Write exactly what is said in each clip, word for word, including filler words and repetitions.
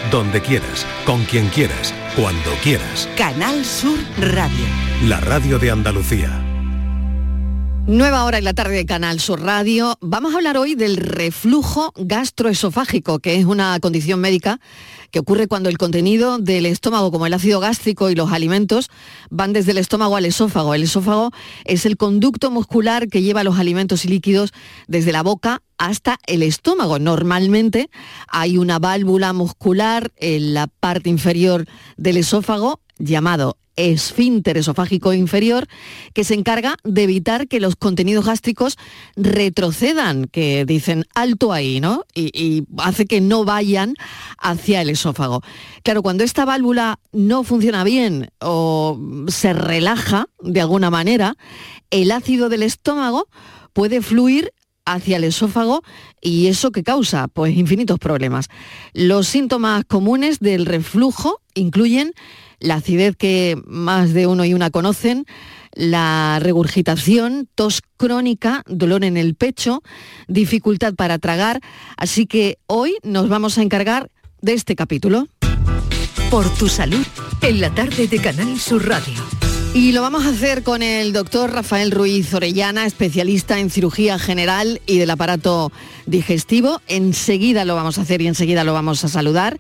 donde quieras, con quien quieras, cuando quieras. Canal Sur Radio. La radio de Andalucía. Nueva hora en la tarde de Canal Sur Radio. Vamos a hablar hoy del reflujo gastroesofágico, que es una condición médica que ocurre cuando el contenido del estómago, como el ácido gástrico y los alimentos, van desde el estómago al esófago. El esófago es el conducto muscular que lleva los alimentos y líquidos desde la boca hasta el estómago. Normalmente hay una válvula muscular en la parte inferior del esófago llamado esfínter esofágico inferior, que se encarga de evitar que los contenidos gástricos retrocedan, que dicen alto ahí, ¿no? Y, y hace que no vayan hacia el esófago. Claro, cuando esta válvula no funciona bien o se relaja de alguna manera, el ácido del estómago puede fluir hacia el esófago, y ¿eso qué causa? Pues infinitos problemas. Los síntomas comunes del reflujo incluyen la acidez que más de uno y una conocen, la regurgitación, tos crónica, dolor en el pecho, dificultad para tragar. Así que hoy nos vamos a encargar de este capítulo. Por tu salud, en la tarde de Canal Sur Radio. Y lo vamos a hacer con el doctor Rafael Ruiz Orellana, especialista en cirugía general y del aparato digestivo. Enseguida lo vamos a hacer y enseguida lo vamos a saludar.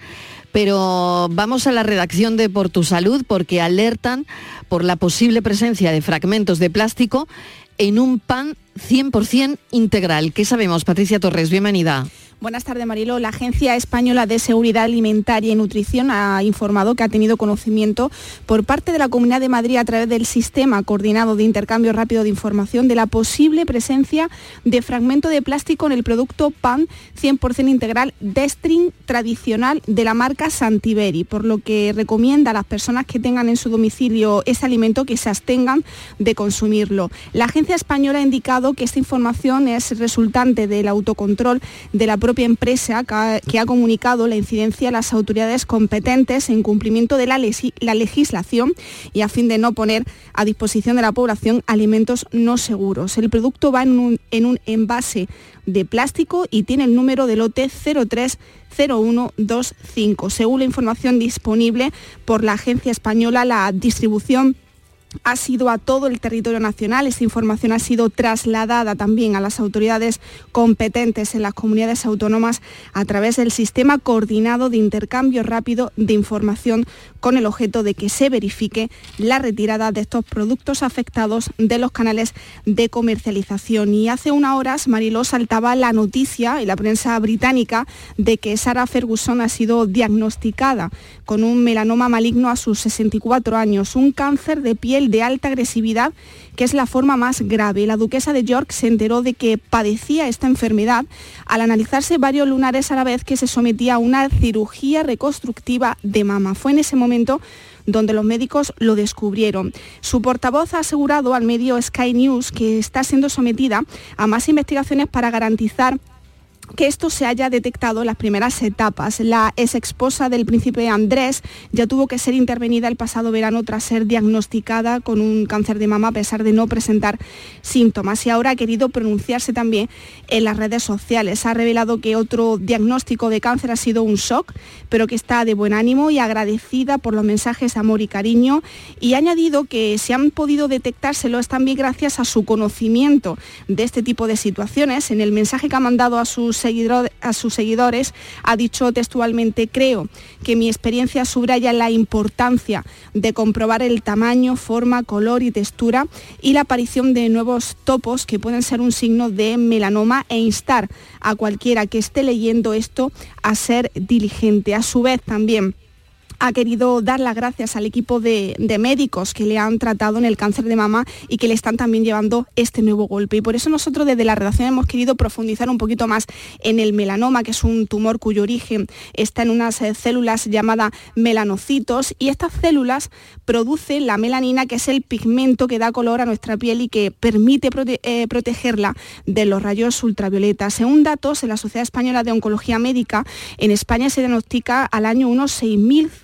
Pero vamos a la redacción de Por tu Salud, porque alertan por la posible presencia de fragmentos de plástico en un pan cien por ciento integral. ¿Qué sabemos, Patricia Torres? Bienvenida. Buenas tardes, Mariló. La Agencia Española de Seguridad Alimentaria y Nutrición ha informado que ha tenido conocimiento por parte de la Comunidad de Madrid a través del Sistema Coordinado de Intercambio Rápido de Información de la posible presencia de fragmento de plástico en el producto pan cien por ciento integral Destrin tradicional de la marca Santiberi, por lo que recomienda a las personas que tengan en su domicilio ese alimento que se abstengan de consumirlo. La Agencia Española ha indicado que esta información es resultante del autocontrol de la propia empresa, que ha comunicado la incidencia a las autoridades competentes en cumplimiento de la, la legislación y a fin de no poner a disposición de la población alimentos no seguros. El producto va en un, en un envase de plástico y tiene el número de lote cero tres cero uno dos cinco. Según la información disponible por la Agencia Española, la distribución ha sido a todo el territorio nacional. Esta información ha sido trasladada también a las autoridades competentes en las comunidades autónomas a través del Sistema Coordinado de Intercambio Rápido de Información, con el objeto de que se verifique la retirada de estos productos afectados de los canales de comercialización. Y hace unas horas, Mariló, saltaba la noticia en la prensa británica de que Sarah Ferguson ha sido diagnosticada con un melanoma maligno a sus sesenta y cuatro años, un cáncer de piel de alta agresividad, que es la forma más grave. La duquesa de York se enteró de que padecía esta enfermedad al analizarse varios lunares a la vez que se sometía a una cirugía reconstructiva de mama. Fue en ese momento donde los médicos lo descubrieron. Su portavoz ha asegurado al medio Sky News que está siendo sometida a más investigaciones para garantizar que esto se haya detectado en las primeras etapas. La ex esposa del príncipe Andrés ya tuvo que ser intervenida el pasado verano tras ser diagnosticada con un cáncer de mama a pesar de no presentar síntomas, y ahora ha querido pronunciarse también en las redes sociales. Ha revelado que otro diagnóstico de cáncer ha sido un shock, pero que está de buen ánimo y agradecida por los mensajes de amor y cariño, y ha añadido que si han podido detectárselo es también gracias a su conocimiento de este tipo de situaciones. En el mensaje que ha mandado a sus Seguidor, a sus seguidores ha dicho textualmente: creo que mi experiencia subraya la importancia de comprobar el tamaño, forma, color y textura y la aparición de nuevos topos que pueden ser un signo de melanoma, e instar a cualquiera que esté leyendo esto a ser diligente. A su vez también ha querido dar las gracias al equipo de, de médicos que le han tratado en el cáncer de mama y que le están también llevando este nuevo golpe. Y por eso nosotros desde la redacción hemos querido profundizar un poquito más en el melanoma, que es un tumor cuyo origen está en unas eh, células llamadas melanocitos, y estas células producen la melanina, que es el pigmento que da color a nuestra piel y que permite prote- eh, protegerla de los rayos ultravioletas. Según datos de la Sociedad Española de Oncología Médica, en España se diagnostica al año unos seis mil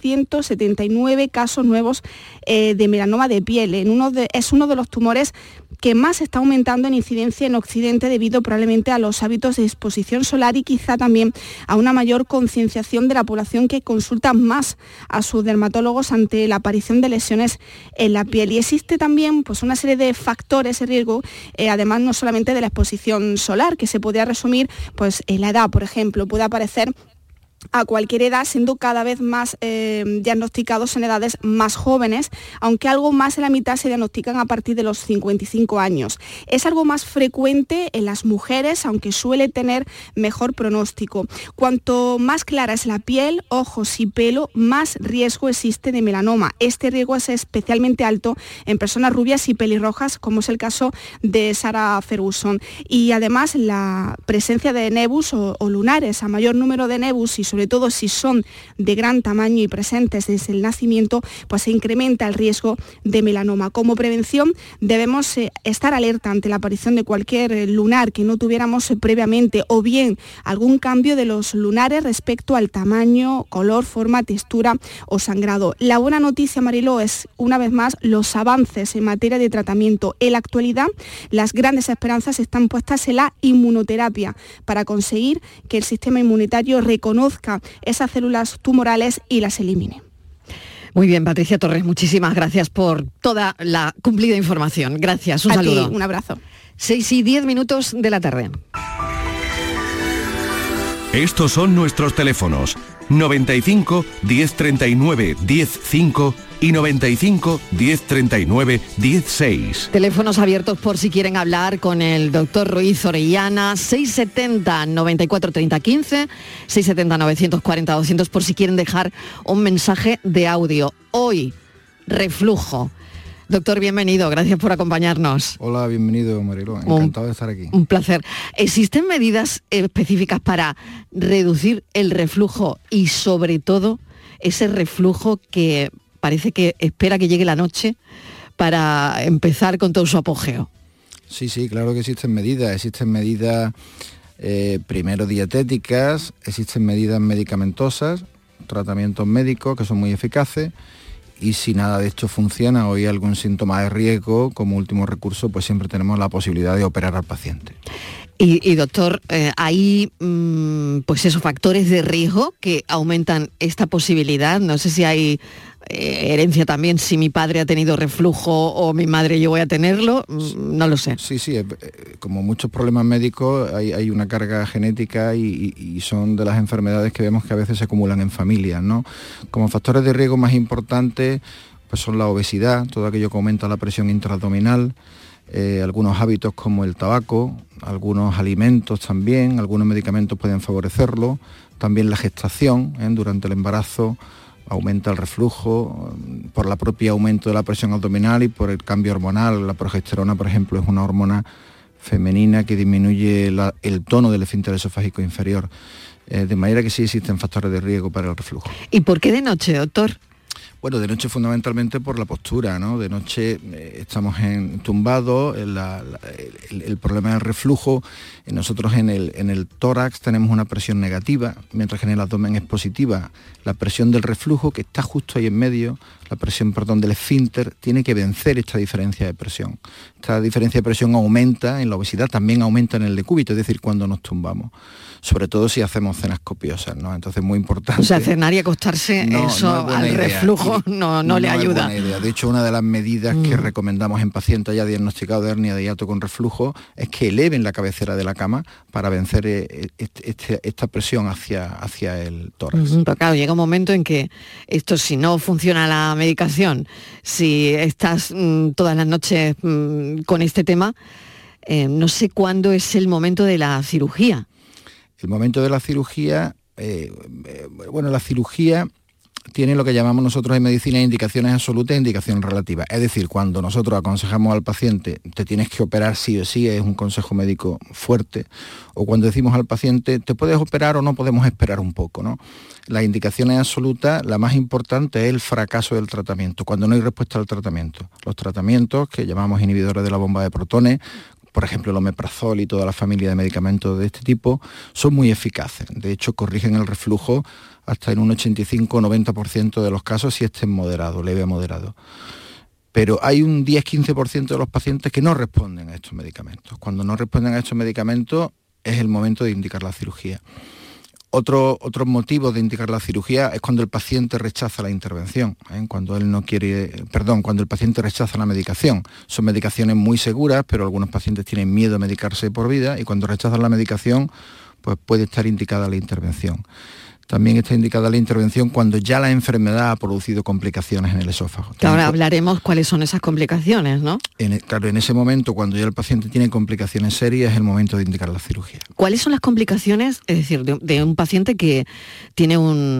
ciento setenta y nueve casos nuevos eh, de melanoma de piel. En uno de, es uno de los tumores que más está aumentando en incidencia en Occidente debido probablemente a los hábitos de exposición solar y quizá también a una mayor concienciación de la población que consulta más a sus dermatólogos ante la aparición de lesiones en la piel. Y existe también pues, una serie de factores de riesgo, eh, además no solamente de la exposición solar, que se podría resumir pues, en la edad, por ejemplo, puede aparecer a cualquier edad, siendo cada vez más eh, diagnosticados en edades más jóvenes, aunque algo más de la mitad se diagnostican a partir de los cincuenta y cinco años. Es algo más frecuente en las mujeres, aunque suele tener mejor pronóstico. Cuanto más clara es la piel, ojos y pelo, más riesgo existe de melanoma. Este riesgo es especialmente alto en personas rubias y pelirrojas, como es el caso de Sarah Ferguson. Y además la presencia de nebus o, o lunares, a mayor número de nebus y sobre todo si son de gran tamaño y presentes desde el nacimiento, pues se incrementa el riesgo de melanoma. Como prevención debemos eh, estar alerta ante la aparición de cualquier eh, lunar que no tuviéramos eh, previamente o bien algún cambio de los lunares respecto al tamaño, color, forma, textura o sangrado. La buena noticia, Mariló, es una vez más los avances en materia de tratamiento. En la actualidad las grandes esperanzas están puestas en la inmunoterapia para conseguir que el sistema inmunitario reconozca esas células tumorales y las elimine. Muy bien, Patricia Torres, muchísimas gracias por toda la cumplida información. Gracias, un A saludo. ti, un abrazo. seis y diez minutos de la tarde. Estos son nuestros teléfonos noventa y cinco, diez treinta y nueve, diez cinco y noventa y cinco, diez treinta y nueve, diez seis. Teléfonos abiertos por si quieren hablar con el doctor Ruiz Orellana, seiscientos setenta, noventa y cuatro, treinta, quince, seiscientos setenta, novecientos cuarenta, doscientos, por si quieren dejar un mensaje de audio. Hoy, reflujo. Doctor, bienvenido, gracias por acompañarnos. Hola, bienvenido, Mariló, encantado un, de estar aquí. Un placer. ¿Existen medidas específicas para reducir el reflujo y sobre todo ese reflujo que parece que espera que llegue la noche para empezar con todo su apogeo? Sí, sí, claro que existen medidas, existen medidas eh, primero dietéticas, existen medidas medicamentosas, tratamientos médicos que son muy eficaces. Y si nada de esto funciona o hay algún síntoma de riesgo, como último recurso, pues siempre tenemos la posibilidad de operar al paciente. Y, y doctor, eh, ¿hay mmm, pues esos factores de riesgo que aumentan esta posibilidad? No sé si hay eh, herencia también, si mi padre ha tenido reflujo o mi madre yo voy a tenerlo, no lo sé. Sí, sí, eh, como muchos problemas médicos hay, hay una carga genética y, y, y son de las enfermedades que vemos que a veces se acumulan en familias, ¿no? Como factores de riesgo más importantes pues son la obesidad, todo aquello que aumenta la presión intraabdominal, eh, algunos hábitos como el tabaco, algunos alimentos también, algunos medicamentos pueden favorecerlo, también la gestación, ¿eh? Durante el embarazo aumenta el reflujo por la propia aumento de la presión abdominal y por el cambio hormonal. La progesterona, por ejemplo, es una hormona femenina que disminuye la, el tono del esfínter esofágico inferior, eh, de manera que sí existen factores de riesgo para el reflujo. ¿Y por qué de noche, doctor? Bueno, de noche fundamentalmente por la postura, ¿no? De noche eh, estamos en tumbados, en la, la, el, el problema del reflujo, eh, nosotros en el, en el tórax tenemos una presión negativa, mientras que en el abdomen es positiva. La presión del reflujo, que está justo ahí en medio, la presión, perdón, del esfínter, tiene que vencer esta diferencia de presión. Esta diferencia de presión aumenta en la obesidad, también aumenta en el decúbito, es decir, cuando nos tumbamos. Sobre todo si hacemos cenas copiosas, ¿no? Entonces, muy importante. O sea, cenar y acostarse, no, eso no al idea. reflujo no, no, no le ayuda. Buena idea. De hecho, una de las medidas mm. que recomendamos en pacientes ya diagnosticados de hernia de hiato con reflujo es que eleven la cabecera de la cama para vencer este, este, esta presión hacia, hacia el tórax. Mm, pero claro, llega un momento en que esto, si no funciona la medicación, si estás mmm, todas las noches mmm, con este tema, eh, no sé cuándo es el momento de la cirugía. El momento de la cirugía, eh, eh, bueno, la cirugía tiene lo que llamamos nosotros en medicina indicaciones absolutas e indicaciones relativas. Es decir, cuando nosotros aconsejamos al paciente, te tienes que operar sí o sí, es un consejo médico fuerte, o cuando decimos al paciente, te puedes operar o no podemos esperar un poco, ¿no? Las indicaciones absolutas, la más importante es el fracaso del tratamiento, cuando no hay respuesta al tratamiento. Los tratamientos, que llamamos inhibidores de la bomba de protones, por ejemplo el omeprazol y toda la familia de medicamentos de este tipo, son muy eficaces. De hecho, corrigen el reflujo hasta en un ochenta y cinco a noventa por ciento de los casos si este es moderado, leve a moderado. Pero hay un diez a quince por ciento de los pacientes que no responden a estos medicamentos. Cuando no responden a estos medicamentos es el momento de indicar la cirugía. Otro, otro motivo de indicar la cirugía es cuando el paciente rechaza la intervención, ¿eh? cuando él no quiere, perdón, cuando el paciente rechaza la medicación. Son medicaciones muy seguras, pero algunos pacientes tienen miedo a medicarse por vida y cuando rechazan la medicación, pues puede estar indicada la intervención. También está indicada la intervención cuando ya la enfermedad ha producido complicaciones en el esófago. Que ahora hablaremos cuáles son esas complicaciones, ¿no? En, claro, en ese momento, cuando ya el paciente tiene complicaciones serias, es el momento de indicar la cirugía. ¿Cuáles son las complicaciones, es decir, de, de un paciente que tiene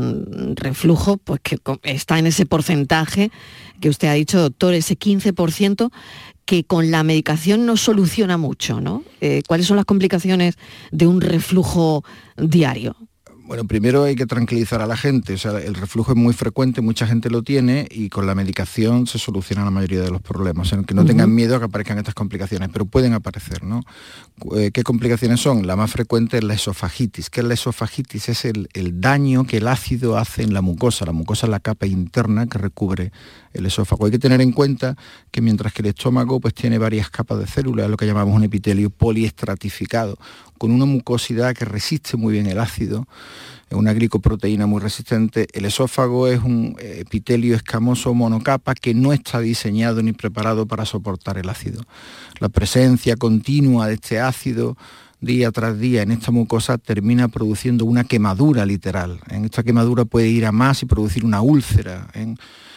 un reflujo, pues que está en ese porcentaje que usted ha dicho, doctor, ese quince por ciento, que con la medicación no soluciona mucho, ¿no? Eh, ¿Cuáles son las complicaciones de un reflujo diario? Bueno, primero hay que tranquilizar a la gente, o sea, el reflujo es muy frecuente, mucha gente lo tiene y con la medicación se soluciona la mayoría de los problemas, o sea, que no uh-huh. tengan miedo a que aparezcan estas complicaciones, pero pueden aparecer, ¿no? ¿Qué complicaciones son? La más frecuente es la esofagitis. ¿Qué es la esofagitis? Es el, el daño que el ácido hace en la mucosa. La mucosa es la capa interna que recubre el esófago. Hay que tener en cuenta que mientras que el estómago pues tiene varias capas de células, lo que llamamos un epitelio poliestratificado, con una mucosidad que resiste muy bien el ácido, es una glicoproteína muy resistente. El esófago es un epitelio escamoso monocapa que no está diseñado ni preparado para soportar el ácido. La presencia continua de este ácido día tras día en esta mucosa termina produciendo una quemadura literal. En esta quemadura puede ir a más y producir una úlcera. En,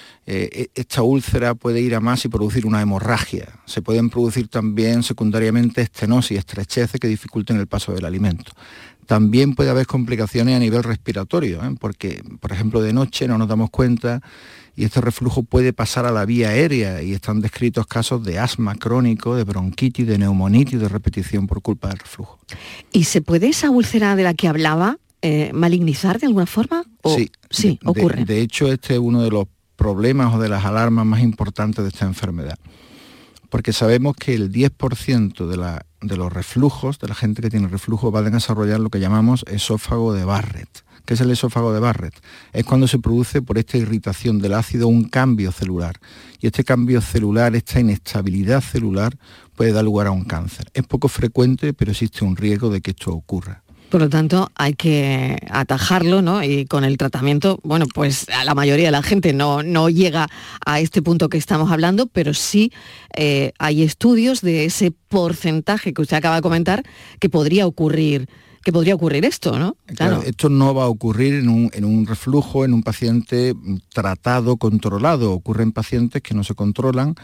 eh, esta úlcera puede ir a más y producir una hemorragia. Se pueden producir también secundariamente estenosis, estrecheces que dificulten el paso del alimento. También puede haber complicaciones a nivel respiratorio, ¿eh? porque, por ejemplo, de noche no nos damos cuenta y este reflujo puede pasar a la vía aérea y están descritos casos de asma crónico, de bronquitis, de neumonitis, de repetición por culpa del reflujo. ¿Y se puede esa úlcera de la que hablaba eh, malignizar de alguna forma? ¿O sí, sí de, ocurre. De, de hecho, este es uno de los problemas o de las alarmas más importantes de esta enfermedad. Porque sabemos que el diez por ciento de, la, de los reflujos, de la gente que tiene reflujo, va a desarrollar lo que llamamos esófago de Barrett. ¿Qué es el esófago de Barrett? Es cuando se produce por esta irritación del ácido un cambio celular. Y este cambio celular, esta inestabilidad celular, puede dar lugar a un cáncer. Es poco frecuente, pero existe un riesgo de que esto ocurra. Por lo tanto, hay que atajarlo, ¿no? Y con el tratamiento, bueno, pues a la mayoría de la gente no, no llega a este punto que estamos hablando, pero sí eh, hay estudios de ese porcentaje que usted acaba de comentar que podría ocurrir, que podría ocurrir esto, ¿no? Claro. Claro, esto no va a ocurrir en un, en un reflujo, en un paciente tratado, controlado. Ocurre en pacientes que no se controlan,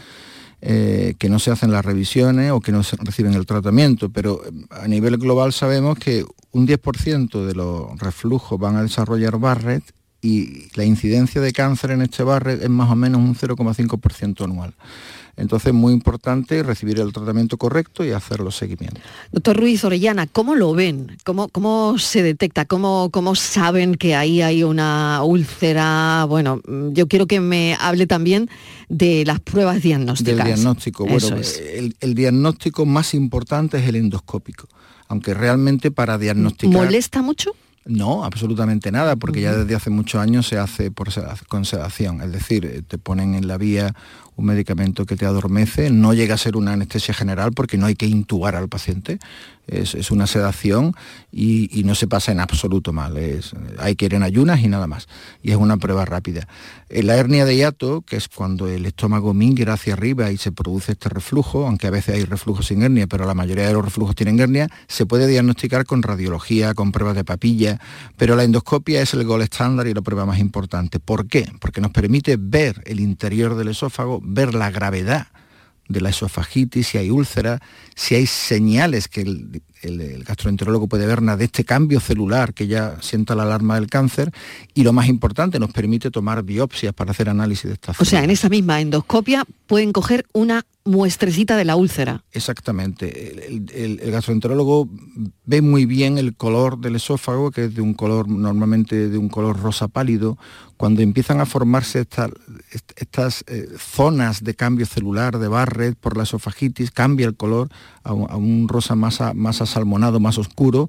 Eh, que no se hacen las revisiones o que no se reciben el tratamiento, pero a nivel global sabemos que un diez por ciento de los reflujos van a desarrollar Barrett y la incidencia de cáncer en este Barrett es más o menos un cero coma cinco por ciento anual. Entonces es muy importante recibir el tratamiento correcto y hacer los seguimientos. Doctor Ruiz Orellana, ¿cómo lo ven? ¿Cómo, cómo se detecta? ¿Cómo, ¿Cómo saben que ahí hay una úlcera? Bueno, yo quiero que me hable también de las pruebas diagnósticas. Del diagnóstico. Bueno, es. el, el diagnóstico más importante es el endoscópico, aunque realmente para diagnosticar... ¿Molesta mucho? No, absolutamente nada, porque uh-huh. ya desde hace muchos años se hace por sed- con sedación, es decir, te ponen en la vía un medicamento que te adormece, no llega a ser una anestesia general porque no hay que intubar al paciente, es, es una sedación y, y no se pasa en absoluto mal, es, hay que ir en ayunas y nada más, y es una prueba rápida. La hernia de hiato, que es cuando el estómago migra hacia arriba y se produce este reflujo, aunque a veces hay reflujo sin hernia, pero la mayoría de los reflujos tienen hernia, se puede diagnosticar con radiología, con pruebas de papilla, pero la endoscopia es el gold estándar y la prueba más importante. ¿Por qué? Porque nos permite ver el interior del esófago, ver la gravedad de la esofagitis, si hay úlcera, si hay señales que el, el, el gastroenterólogo puede vernos de este cambio celular que ya sienta la alarma del cáncer, y lo más importante, nos permite tomar biopsias para hacer análisis de estas células. O sea, en esa misma endoscopia pueden coger una muestrecita de la úlcera. Exactamente. El, el, el gastroenterólogo ve muy bien el color del esófago, que es de un color, normalmente de un color rosa pálido. Cuando empiezan a formarse esta, estas eh, zonas de cambio celular de Barrett por la esofagitis, cambia el color a un, a un rosa más, a, más asalmonado, más oscuro,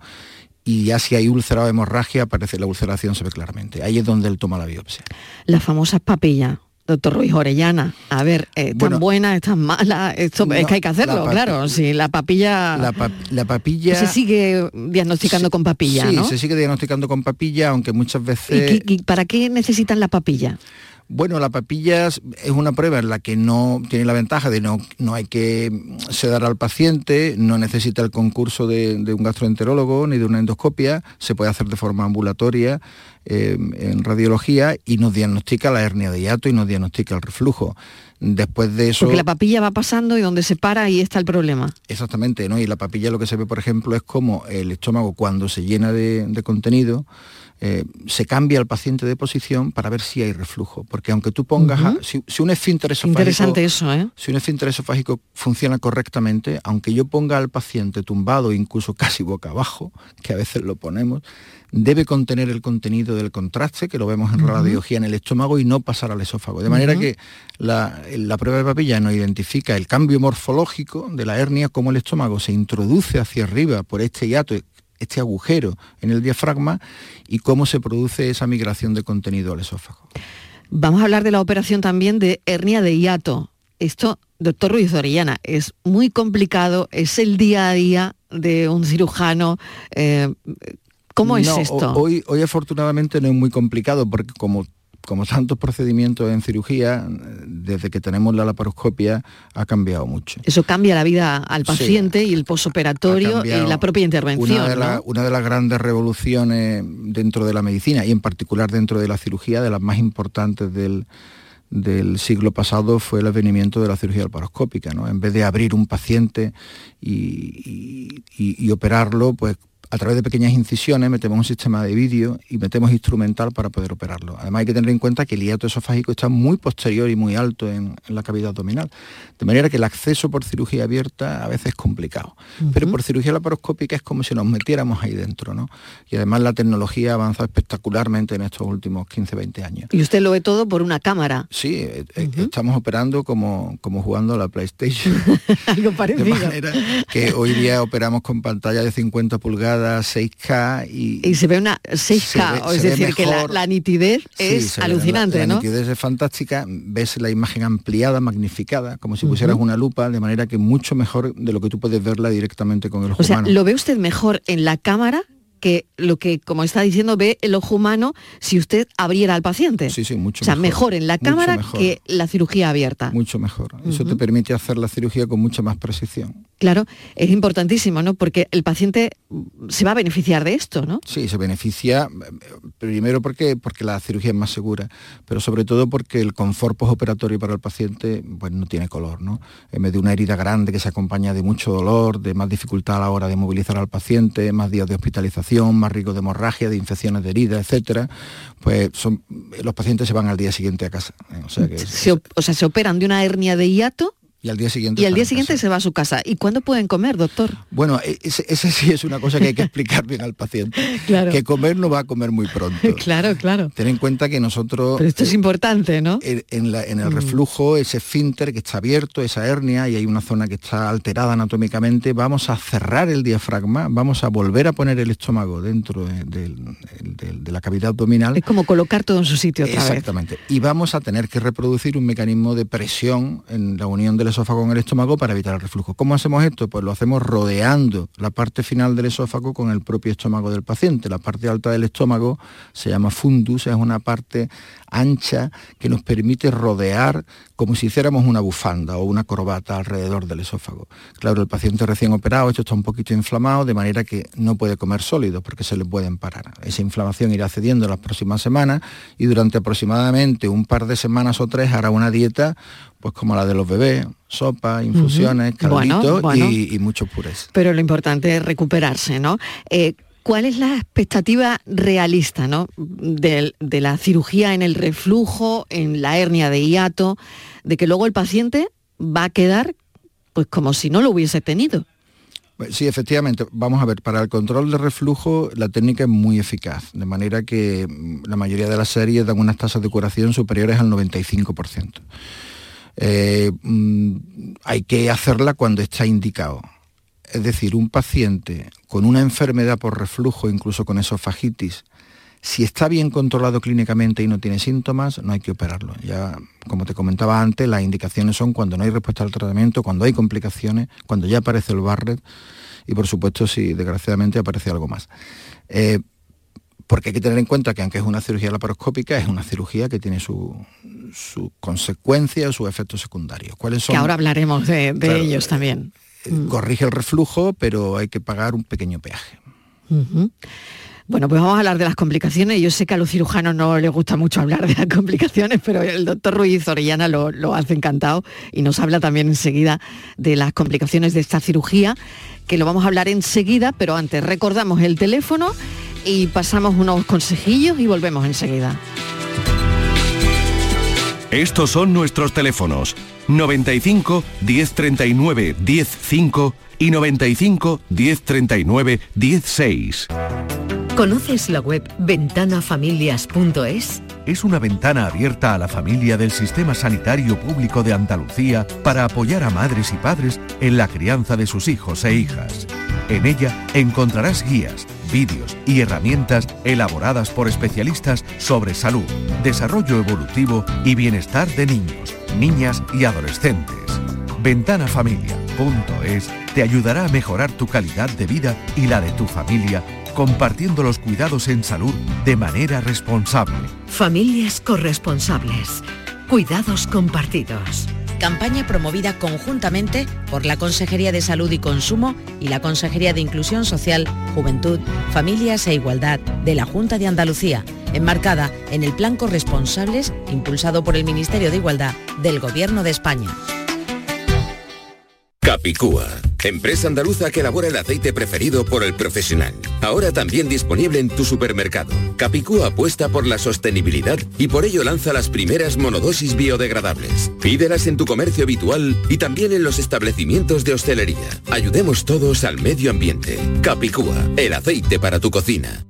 y ya si hay úlcera o hemorragia, aparece la ulceración, se ve claramente. Ahí es donde él toma la biopsia. Las famosas papillas. Doctor Ruiz Orellana, a ver, ¿están bueno, buenas, están malas? Esto no, es que hay que hacerlo, claro. Si la papilla... La, pa, la papilla... Se sigue diagnosticando sí, con papilla, sí, ¿no? Sí, se sigue diagnosticando con papilla, aunque muchas veces... ¿Y, qué, y para qué necesitan la papilla? Bueno, la papilla es una prueba en la que no tiene la ventaja de no, no hay que sedar al paciente, no necesita el concurso de, de un gastroenterólogo ni de una endoscopia, se puede hacer de forma ambulatoria eh, en radiología, y nos diagnostica la hernia de hiato y nos diagnostica el reflujo. Después de eso... Porque la papilla va pasando y donde se para, ahí está el problema. Exactamente, ¿no? Y la papilla lo que se ve, por ejemplo, es como el estómago, cuando se llena de, de contenido, Eh, se cambia al paciente de posición para ver si hay reflujo, porque aunque tú pongas, uh-huh. a, si, si un esfínter esofágico, interesante eso, ¿eh? Si un esfínter esofágico funciona correctamente, aunque yo ponga al paciente tumbado, incluso casi boca abajo, que a veces lo ponemos, debe contener el contenido del contraste, que lo vemos en uh-huh. radiología en el estómago, y no pasar al esófago. De manera uh-huh. que la, la prueba de papilla nos identifica el cambio morfológico de la hernia, cómo el estómago se introduce hacia arriba por este hiato, este agujero en el diafragma, y cómo se produce esa migración de contenido al esófago. Vamos a hablar de la operación también de hernia de hiato. Esto, doctor Ruiz Orellana, es muy complicado, es el día a día de un cirujano. Eh, ¿Cómo es no, esto? Hoy, hoy afortunadamente no es muy complicado, porque como como tantos procedimientos en cirugía, desde que tenemos la laparoscopia ha cambiado mucho. Eso cambia la vida al paciente, sí, y el posoperatorio y la propia intervención. Una de, la, ¿no? una de las grandes revoluciones dentro de la medicina, y en particular dentro de la cirugía, de las más importantes del, del siglo pasado, fue el advenimiento de la cirugía laparoscópica, ¿no? En vez de abrir un paciente y, y, y, y operarlo, pues a través de pequeñas incisiones metemos un sistema de vídeo y metemos instrumental para poder operarlo. Además hay que tener en cuenta que el hiato esofágico está muy posterior y muy alto en, en la cavidad abdominal, de manera que el acceso por cirugía abierta a veces es complicado. Uh-huh. Pero por cirugía laparoscópica es como si nos metiéramos ahí dentro, ¿no? Y además la tecnología ha avanzado espectacularmente en estos últimos quince, veinte años. ¿Y usted lo ve todo por una cámara? Sí, uh-huh. estamos operando como, como jugando a la PlayStation. Algo parecido. De manera que hoy día operamos con pantalla de cincuenta pulgadas, seis K, y, y se ve una seis K, ve, es decir, que la, la nitidez sí, es alucinante, la, la ¿no? La nitidez es fantástica, ves la imagen ampliada, magnificada, como si pusieras uh-huh. una lupa, de manera que mucho mejor de lo que tú puedes verla directamente con el ojo o sea, humano. ¿Lo ve usted mejor en la cámara que lo que, como está diciendo, ve el ojo humano si usted abriera al paciente? Sí, sí, mucho mejor. O sea, mejor, mejor en la cámara que la cirugía abierta. Mucho mejor. Uh-huh. Eso te permite hacer la cirugía con mucha más precisión. Claro, es importantísimo, ¿no? Porque el paciente se va a beneficiar de esto, ¿no? Sí, se beneficia, primero porque, porque la cirugía es más segura, pero sobre todo porque el confort postoperatorio para el paciente pues no tiene color, ¿no? En vez de una herida grande que se acompaña de mucho dolor, de más dificultad a la hora de movilizar al paciente, más días de hospitalización, más riesgo de hemorragia, de infecciones de heridas, etcétera, pues son, los pacientes se van al día siguiente a casa. ¿eh? O sea, que se, o sea, se operan de una hernia de hiato. Y al día siguiente, y al día siguiente se va a su casa. ¿Y cuándo pueden comer, doctor? Bueno, ese, ese sí es una cosa que hay que explicar bien al paciente. Claro. Que comer no va a comer muy pronto. Claro, claro. Ten en cuenta que nosotros... Pero esto eh, es importante, ¿no? En, en, la, en el mm. reflujo, ese esfínter que está abierto, esa hernia, y hay una zona que está alterada anatómicamente, vamos a cerrar el diafragma, vamos a volver a poner el estómago dentro de, de, de, de la cavidad abdominal. Es como colocar todo en su sitio otra Exactamente. vez. Y vamos a tener que reproducir un mecanismo de presión en la unión del esófago con el estómago para evitar el reflujo. ¿Cómo hacemos esto? Pues lo hacemos rodeando la parte final del esófago con el propio estómago del paciente. La parte alta del estómago se llama fundus, es una parte ancha que nos permite rodear como si hiciéramos una bufanda o una corbata alrededor del esófago. Claro, el paciente recién operado, esto está un poquito inflamado, de manera que no puede comer sólidos porque se le pueden parar. Esa inflamación irá cediendo en las próximas semanas y durante aproximadamente un par de semanas o tres hará una dieta pues como la de los bebés, sopa, infusiones, uh-huh. calditos bueno, bueno. y, y muchos purés. Pero lo importante es recuperarse, ¿no? Eh, ¿Cuál es la expectativa realista, ¿no? de, de la cirugía en el reflujo, en la hernia de hiato, de que luego el paciente va a quedar pues como si no lo hubiese tenido? Sí, efectivamente. Vamos a ver, para el control de reflujo la técnica es muy eficaz, de manera que la mayoría de las series dan unas tasas de curación superiores al noventa y cinco por ciento. Eh, hay que hacerla cuando está indicado. Es decir, un paciente con una enfermedad por reflujo, incluso con esofagitis, si está bien controlado clínicamente y no tiene síntomas, no hay que operarlo. Ya, como te comentaba antes, las indicaciones son cuando no hay respuesta al tratamiento, cuando hay complicaciones, cuando ya aparece el Barrett y, por supuesto, si desgraciadamente aparece algo más. Eh, porque hay que tener en cuenta que aunque es una cirugía laparoscópica, es una cirugía que tiene su, su consecuencia, sus efectos secundarios. ¿Cuáles son? Que ahora hablaremos de, de claro, ellos también. Corrige el reflujo, pero hay que pagar un pequeño peaje. Uh-huh. Bueno, pues vamos a hablar de las complicaciones. Yo sé que a los cirujanos no les gusta mucho hablar de las complicaciones, pero el doctor Ruiz Orellana lo, lo hace encantado y nos habla también enseguida de las complicaciones de esta cirugía, que lo vamos a hablar enseguida, pero antes recordamos el teléfono y pasamos unos consejillos y volvemos enseguida. Estos son nuestros teléfonos noventa y cinco, diez treinta y nueve, diez cinco y noventa y cinco, diez treinta y nueve, diez seis. ¿Conoces la web ventana familias punto es? Es una ventana abierta a la familia del Sistema Sanitario Público de Andalucía para apoyar a madres y padres en la crianza de sus hijos e hijas. En ella encontrarás guías, vídeos y herramientas elaboradas por especialistas sobre salud, desarrollo evolutivo y bienestar de niños, niñas y adolescentes. ventana familia punto es te ayudará a mejorar tu calidad de vida y la de tu familia, compartiendo los cuidados en salud de manera responsable. Familias corresponsables. Cuidados compartidos. Campaña promovida conjuntamente por la Consejería de Salud y Consumo y la Consejería de Inclusión Social, Juventud, Familias e Igualdad de la Junta de Andalucía, enmarcada en el Plan Corresponsables impulsado por el Ministerio de Igualdad del Gobierno de España. Capicúa, empresa andaluza que elabora el aceite preferido por el profesional. Ahora también disponible en tu supermercado. Capicúa apuesta por la sostenibilidad y por ello lanza las primeras monodosis biodegradables. Pídelas en tu comercio habitual y también en los establecimientos de hostelería. Ayudemos todos al medio ambiente. Capicúa, el aceite para tu cocina.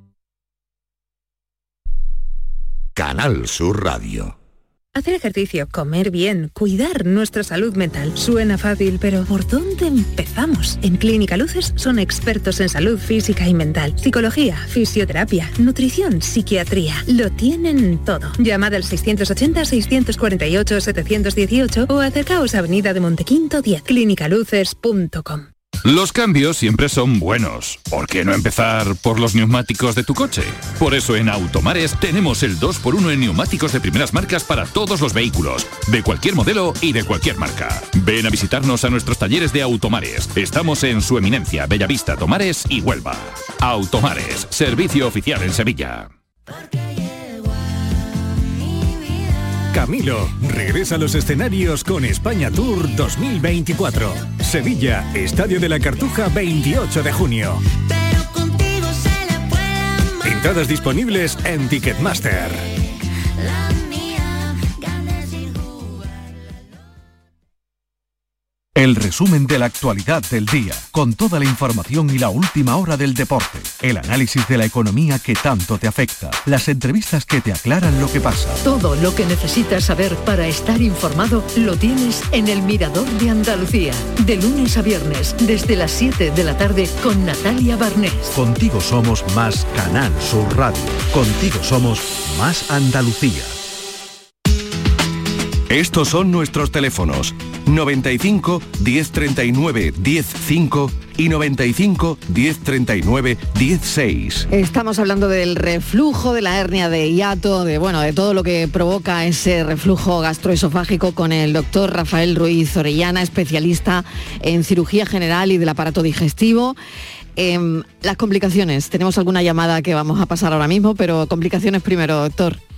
Canal Sur Radio. Hacer ejercicio, comer bien, cuidar nuestra salud mental. Suena fácil, pero ¿por dónde empezamos? En Clínica Luces son expertos en salud física y mental, psicología, fisioterapia, nutrición, psiquiatría. Lo tienen todo. Llamad al seiscientos ochenta, seiscientos cuarenta y ocho, setecientos dieciocho o acercaos a Avenida de Montequinto diez, clínica luces punto com. Los cambios siempre son buenos. ¿Por qué no empezar por los neumáticos de tu coche? Por eso en Automares tenemos el dos por uno en neumáticos de primeras marcas para todos los vehículos, de cualquier modelo y de cualquier marca. Ven a visitarnos a nuestros talleres de Automares. Estamos en Su Eminencia, Bellavista, Tomares y Huelva. Automares, servicio oficial en Sevilla. Camilo regresa a los escenarios con España Tour dos mil veinticuatro. Sevilla, Estadio de la Cartuja, veintiocho de junio. Entradas disponibles en Ticketmaster. El resumen de la actualidad del día, con toda la información y la última hora del deporte, el análisis de la economía que tanto te afecta, las entrevistas que te aclaran lo que pasa. Todo lo que necesitas saber para estar informado lo tienes en El Mirador de Andalucía, de lunes a viernes, desde las siete de la tarde con Natalia Barnés. Contigo somos más Canal Sur Radio, contigo somos más Andalucía. Estos son nuestros teléfonos noventa y cinco, diez treinta y nueve, diez cinco y noventa y cinco, diez treinta y nueve, diez seis. Estamos hablando del reflujo, de la hernia de hiato, de bueno, de todo lo que provoca ese reflujo gastroesofágico con el doctor Rafael Ruiz Orellana, especialista en cirugía general y del aparato digestivo. Eh, las complicaciones, tenemos alguna llamada que vamos a pasar ahora mismo, pero complicaciones primero, doctor.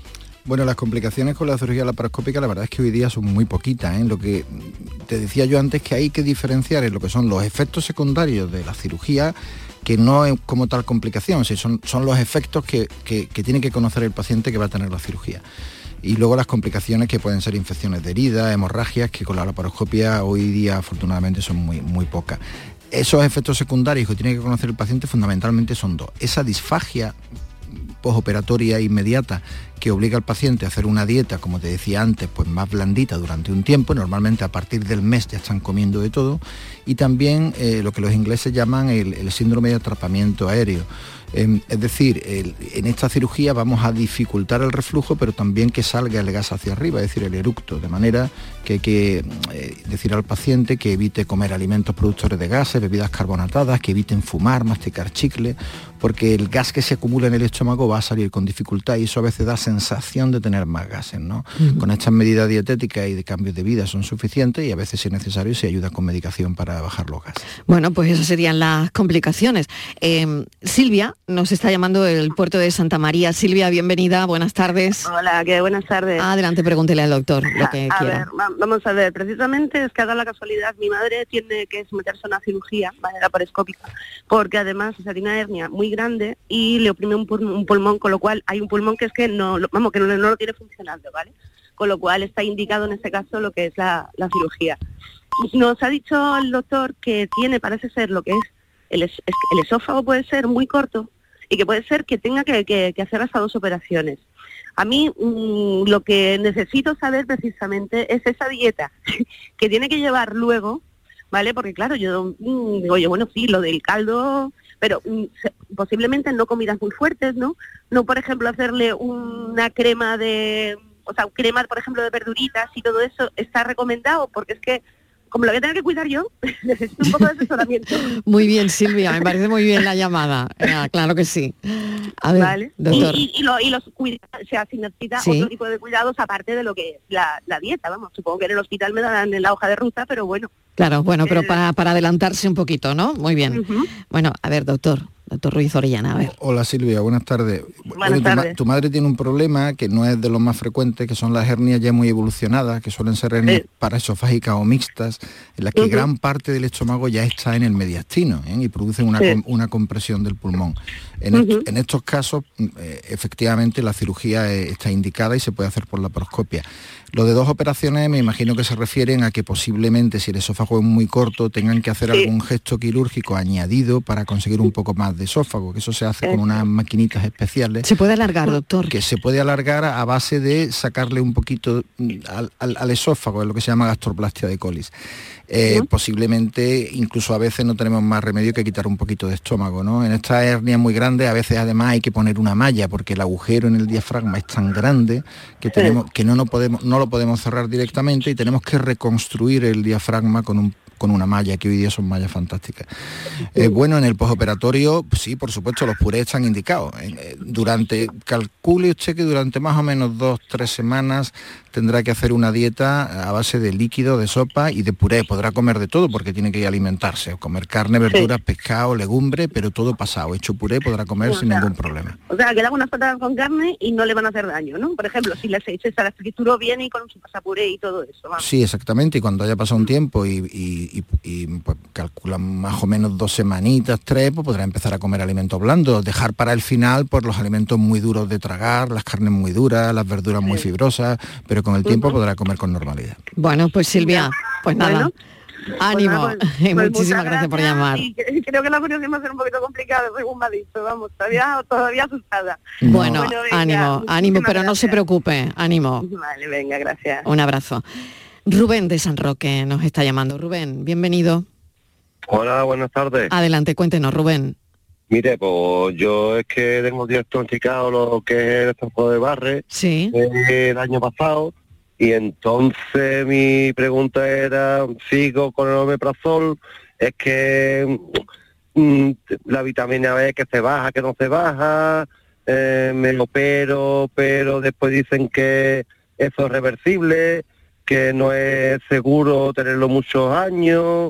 Bueno, las complicaciones con la cirugía laparoscópica la verdad es que hoy día son muy poquitas, ¿eh? Lo que te decía yo antes, que hay que diferenciar en lo que son los efectos secundarios de la cirugía, que no es como tal complicación, si son, son los efectos que, que, que tiene que conocer el paciente que va a tener la cirugía. Y luego las complicaciones que pueden ser infecciones de herida, hemorragias, que con la laparoscopia hoy día afortunadamente son muy, muy pocas. Esos efectos secundarios que tiene que conocer el paciente fundamentalmente son dos. Esa disfagia postoperatoria inmediata que obliga al paciente a hacer una dieta, como te decía antes, pues más blandita durante un tiempo, normalmente a partir del mes ya están comiendo de todo, y también eh, lo que los ingleses llaman el, el síndrome de atrapamiento aéreo. Eh, es decir, el, en esta cirugía vamos a dificultar el reflujo, pero también que salga el gas hacia arriba, es decir, el eructo, de manera que hay que eh, decir al paciente que evite comer alimentos productores de gases, bebidas carbonatadas, que eviten fumar, masticar chicle, porque el gas que se acumula en el estómago va a salir con dificultad y eso a veces da sensación de tener más gases, ¿no? Uh-huh. Con estas medidas dietéticas y de cambios de vida son suficientes y a veces si es necesario se ayuda con medicación para bajar los gases. Bueno, pues esas serían las complicaciones. Eh, Silvia nos está llamando del puerto de Santa María. Silvia, bienvenida, buenas tardes. Hola, qué buenas tardes. Adelante, pregúntele al doctor lo que a quiera. Ver, vamos a ver, precisamente es que ha dado la casualidad, mi madre tiene que someterse a una cirugía, ¿vale?, laparoscópica, porque además o sea, tiene una hernia muy grande y le oprime un, pul- un pulmón, con lo cual hay un pulmón que es que no, lo, vamos, que no, no lo tiene funcionando, ¿vale? Con lo cual está indicado en este caso lo que es la, la cirugía. Nos ha dicho el doctor que tiene, parece ser, lo que es el, es, el esófago puede ser muy corto y que puede ser que tenga que, que, que hacer hasta dos operaciones. A mí mmm, lo que necesito saber precisamente es esa dieta que tiene que llevar luego, ¿vale? Porque claro, yo mmm, digo, yo, bueno, sí, lo del caldo, pero mmm, se, posiblemente no comidas muy fuertes, ¿no? No, por ejemplo, hacerle una crema de, o sea, crema, por ejemplo, de verduritas y todo eso está recomendado, porque es que como lo voy a tener que cuidar yo, necesito un poco de asesoramiento. Muy bien, Silvia, me parece muy bien la llamada. Ah, claro que sí. A ver, vale. doctor. Y, y, y, lo, y los cuidados, o sea, si necesita ¿sí? otro tipo de cuidados aparte de lo que es la, la dieta, vamos, supongo que en el hospital me dan en la hoja de ruta, pero bueno. Claro, bueno, pero eh, para, para adelantarse un poquito, ¿no? Muy bien. Uh-huh. Bueno, a ver, doctor. Doctor Ruiz Orellana, a ver. Hola Silvia, buenas tardes. Buenas bueno, tardes. Tu, tu madre tiene un problema que no es de los más frecuentes, que son las hernias ya muy evolucionadas, que suelen ser hernias sí. paraesofágicas o mixtas, en las que uh-huh. gran parte del estómago ya está en el mediastino, ¿eh? Y producen una, sí. com, una compresión del pulmón. En, uh-huh. est, en estos casos, eh, efectivamente, la cirugía eh, está indicada y se puede hacer por laparoscopia. Lo de dos operaciones me imagino que se refieren a que posiblemente, si el esófago es muy corto, tengan que hacer sí. algún gesto quirúrgico añadido para conseguir un poco más de esófago, que eso se hace con unas maquinitas especiales. ¿Se puede alargar, doctor? Que se puede alargar a base de sacarle un poquito al, al, al esófago, es lo que se llama gastroplastia de colis. Eh, ¿no? Posiblemente, incluso a veces no tenemos más remedio que quitar un poquito de estómago, ¿no? En estas hernias muy grandes a veces además hay que poner una malla porque el agujero en el diafragma es tan grande que tenemos que no, no podemos no lo podemos cerrar directamente y tenemos que reconstruir el diafragma con un con una malla, que hoy día son mallas fantásticas. Eh, bueno, en el postoperatorio, sí, por supuesto, los purés están indicados. Eh, durante, calcule usted que durante más o menos dos, tres semanas tendrá que hacer una dieta a base de líquido, de sopa y de puré. Podrá comer de todo porque tiene que alimentarse, comer carne, verduras, sí. pescado, legumbre, pero todo pasado. Hecho puré podrá comer o sin sea, ningún problema. O sea, que le hago unas patatas con carne y no le van a hacer daño, ¿no? Por ejemplo, si le se, se la trituró bien y con su pasapuré y todo eso. Vamos. Sí, exactamente, y cuando haya pasado un tiempo y, y y, y pues, calculan más o menos dos semanitas, tres, pues podrá empezar a comer alimentos blandos, dejar para el final por los alimentos muy duros de tragar, las carnes muy duras, las verduras sí. muy fibrosas, pero con el tiempo uh-huh. podrá comer con normalidad. Bueno, pues Silvia, pues nada. Bueno. Ánimo, pues, pues, pues muchísimas gracias por llamar. Y creo que la operación va a ser un poquito complicada, según me ha dicho, vamos, todavía, todavía asustada. Bueno, bueno venga, ánimo, ánimo, pero gracias. No se preocupe, ánimo. Vale, venga, gracias. Un abrazo. Rubén de San Roque nos está llamando. Rubén, bienvenido. Hola, buenas tardes. Adelante, cuéntenos, Rubén. Mire, pues yo es que tengo diagnosticado lo que es el estómago de Barrett sí. el año pasado. Y entonces mi pregunta era, sigo con el omeprazol, es que mmm, la vitamina B que se baja, que no se baja, eh, me lo opero, pero después dicen que eso es reversible, que no es seguro tenerlo muchos años.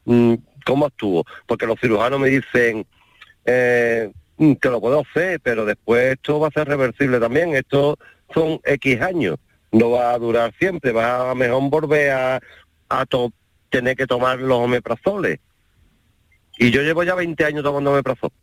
¿Cómo actúo? Porque los cirujanos me dicen eh, que lo puedo hacer, pero después esto va a ser reversible también, esto son X años, no va a durar siempre, va a mejor volver a, a to- tener que tomar los omeprazoles. Y yo llevo ya veinte años tomando omeprazol.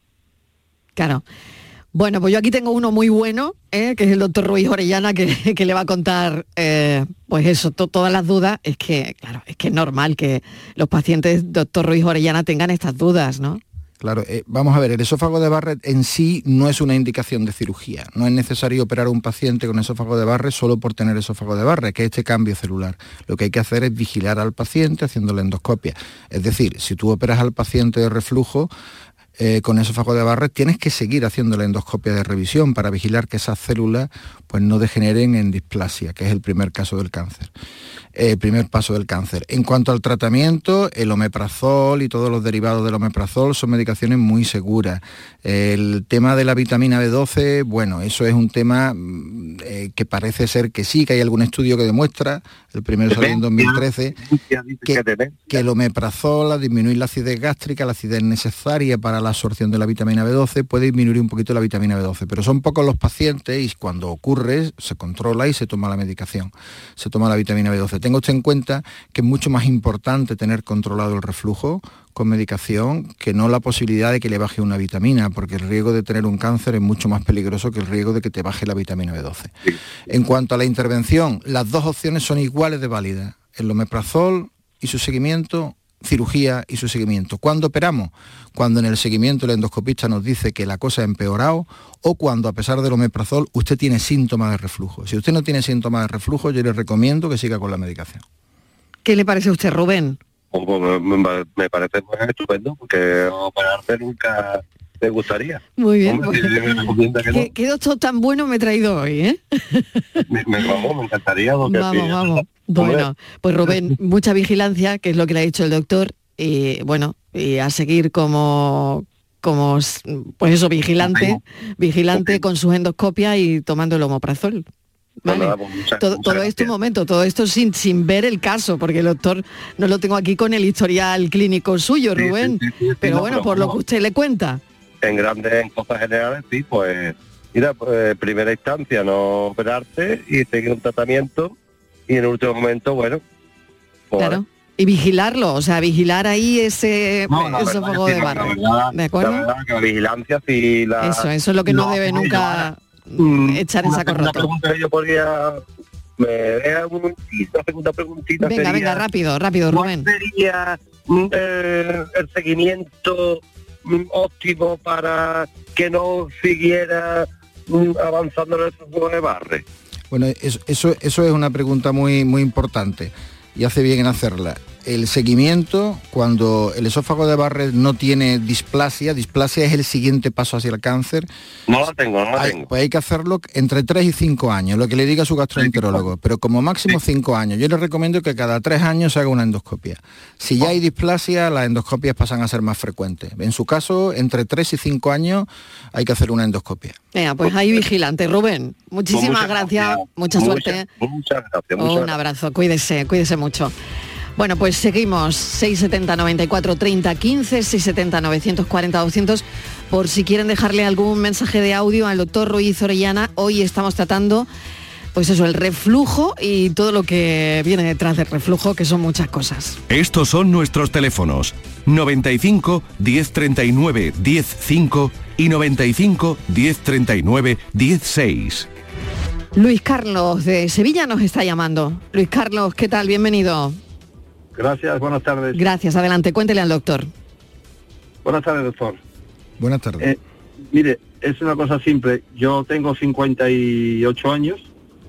Claro. Bueno, pues yo aquí tengo uno muy bueno, ¿eh? Que es el doctor Ruiz Orellana, que, que le va a contar, eh, pues eso, to- todas las dudas. Es que, claro, es que es normal que los pacientes, doctor Ruiz Orellana, tengan estas dudas, ¿no? Claro, eh, vamos a ver, el esófago de Barrett en sí no es una indicación de cirugía. No es necesario operar a un paciente con esófago de Barrett solo por tener esófago de Barrett, que es este cambio celular. Lo que hay que hacer es vigilar al paciente haciéndole endoscopia. Es decir, si tú operas al paciente de reflujo, Eh, con esófago de Barrett tienes que seguir haciendo la endoscopia de revisión para vigilar que esas células pues no degeneren en displasia, que es el primer caso del cáncer, el eh, primer paso del cáncer. En cuanto al tratamiento, el omeprazol y todos los derivados del omeprazol son medicaciones muy seguras. El tema de la vitamina B doce, bueno, eso es un tema eh, que parece ser que sí, que hay algún estudio que demuestra, el primero salió en dos mil trece, que, que el omeprazol, al disminuir la acidez gástrica, la acidez necesaria para la absorción de la vitamina B doce, puede disminuir un poquito la vitamina B doce, pero son pocos los pacientes y cuando ocurre se controla y se toma la medicación, se toma la vitamina B doce. Tenga usted en cuenta que es mucho más importante tener controlado el reflujo con medicación que no la posibilidad de que le baje una vitamina, porque el riesgo de tener un cáncer es mucho más peligroso que el riesgo de que te baje la vitamina B doce. En cuanto a la intervención, las dos opciones son iguales de válidas, el omeprazol y su seguimiento, cirugía y su seguimiento. ¿Cuándo operamos? Cuando en el seguimiento el endoscopista nos dice que la cosa ha empeorado o cuando a pesar del omeprazol usted tiene síntomas de reflujo. Si usted no tiene síntomas de reflujo, yo le recomiendo que siga con la medicación. ¿Qué le parece a usted, Rubén? Pues me, me parece muy estupendo, porque operarse nunca te gustaría. Muy bien. Hombre, Pues, si me recomienda que no, ¿Qué, qué doctor tan bueno me he traído hoy, eh? me, me, vamos, me encantaría. Porque Vamos, sí, vamos. Bueno, pues Rubén, mucha vigilancia, que es lo que le ha dicho el doctor, y bueno, y a seguir como, como pues eso, vigilante, vigilante con sus endoscopias y tomando el omeprazol. Vale. Nada, pues muchas, todo muchas todo esto un momento, todo esto sin, sin ver el caso, porque el doctor no lo tengo aquí con el historial clínico suyo, Sí, Rubén, sí, sí, sí, pero no, bueno, pero por lo no. que usted le cuenta. En grandes, en cosas generales, sí, pues, mira, pues, primera instancia, no operarte y seguir un tratamiento, y en el último momento, bueno, pues, Claro. Y vigilarlo, o sea, vigilar ahí ese no, la esófago verdad de que sí, la Barrett. verdad- ¿De acuerdo? La verdad que la vigilancia, sí, la... Eso, eso es lo que no, debe nunca Mm, echar en una saco segunda roto. pregunta que yo podría... Me deja un momentito, la segunda preguntita Venga, sería, venga, rápido, rápido, ¿cuál Rubén. sería mm, eh, el seguimiento mm, óptimo para que no siguiera mm, avanzando en el esófago de Barrett? Bueno, eso, eso, eso es una pregunta muy, muy importante y hace bien en hacerla. El seguimiento, cuando el esófago de Barrett no tiene displasia, displasia es el siguiente paso hacia el cáncer. No la tengo, no la hay, tengo. Pues hay que hacerlo entre tres y cinco años, lo que le diga su gastroenterólogo, pero como máximo cinco años. Yo le recomiendo que cada tres años se haga una endoscopia. Si ya hay displasia, las endoscopias pasan a ser más frecuentes. En su caso, entre tres y cinco años hay que hacer una endoscopia. Venga, pues ahí vigilante, Rubén. Muchísimas muchas gracias, gracias. mucha suerte. Muchas, muchas gracias. Muchas Un gracias. abrazo, cuídese, cuídese mucho. Bueno, pues seguimos, seiscientos setenta, noventa y cuatro, treinta, quince, seiscientos setenta, novecientos cuarenta, doscientos, por si quieren dejarle algún mensaje de audio al doctor Ruiz Orellana. Hoy estamos tratando, pues eso, el reflujo y todo lo que viene detrás del reflujo, que son muchas cosas. Estos son nuestros teléfonos: noventa y cinco, diez treinta y nueve, diez cinco y noventa y cinco, diez treinta y nueve, diez seis. Luis Carlos de Sevilla nos está llamando. Luis Carlos, ¿qué tal? Bienvenido. Gracias, buenas tardes. Gracias, adelante, cuéntele al doctor. Buenas tardes, doctor. Buenas tardes. Eh, mire, es una cosa simple. Yo tengo cincuenta y ocho años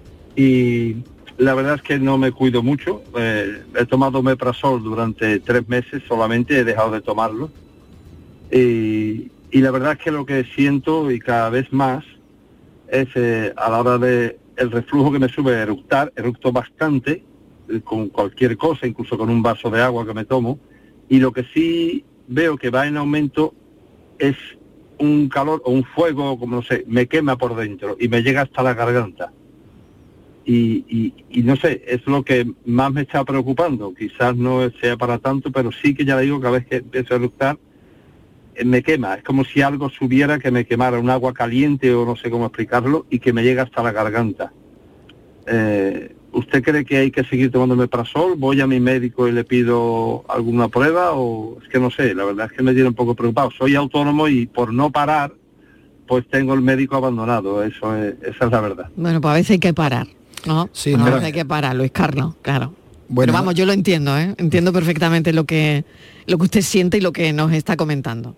y la verdad es que no me cuido mucho. Eh, he tomado omeprazol durante tres meses solamente, he dejado de tomarlo. Y, y la verdad es que lo que siento, y cada vez más, es eh, a la hora de el reflujo que me sube a eructar, eructo bastante, con cualquier cosa, incluso con un vaso de agua que me tomo, y lo que sí veo que va en aumento es un calor o un fuego, como no sé, me quema por dentro y me llega hasta la garganta. Y, y, y no sé, es lo que más me está preocupando. Quizás no sea para tanto, pero sí que ya le digo, cada vez que empiezo a eructar, eh, me quema. Es como si algo subiera que me quemara, un agua caliente o no sé cómo explicarlo, y que me llega hasta la garganta. Eh, ¿Usted cree que hay que seguir tomando omeprazol? ¿Voy a mi médico y le pido alguna prueba? O es que no sé, la verdad es que me tiene un poco preocupado. Soy autónomo y por no parar, pues tengo el médico abandonado. Eso es, esa es la verdad. Bueno, pues a veces hay que parar, ¿no? Sí, bueno, no, a veces hay que parar, Luis Carlos, claro. Bueno, Pero vamos, yo lo entiendo, ¿eh? Entiendo perfectamente lo que, lo que usted siente y lo que nos está comentando.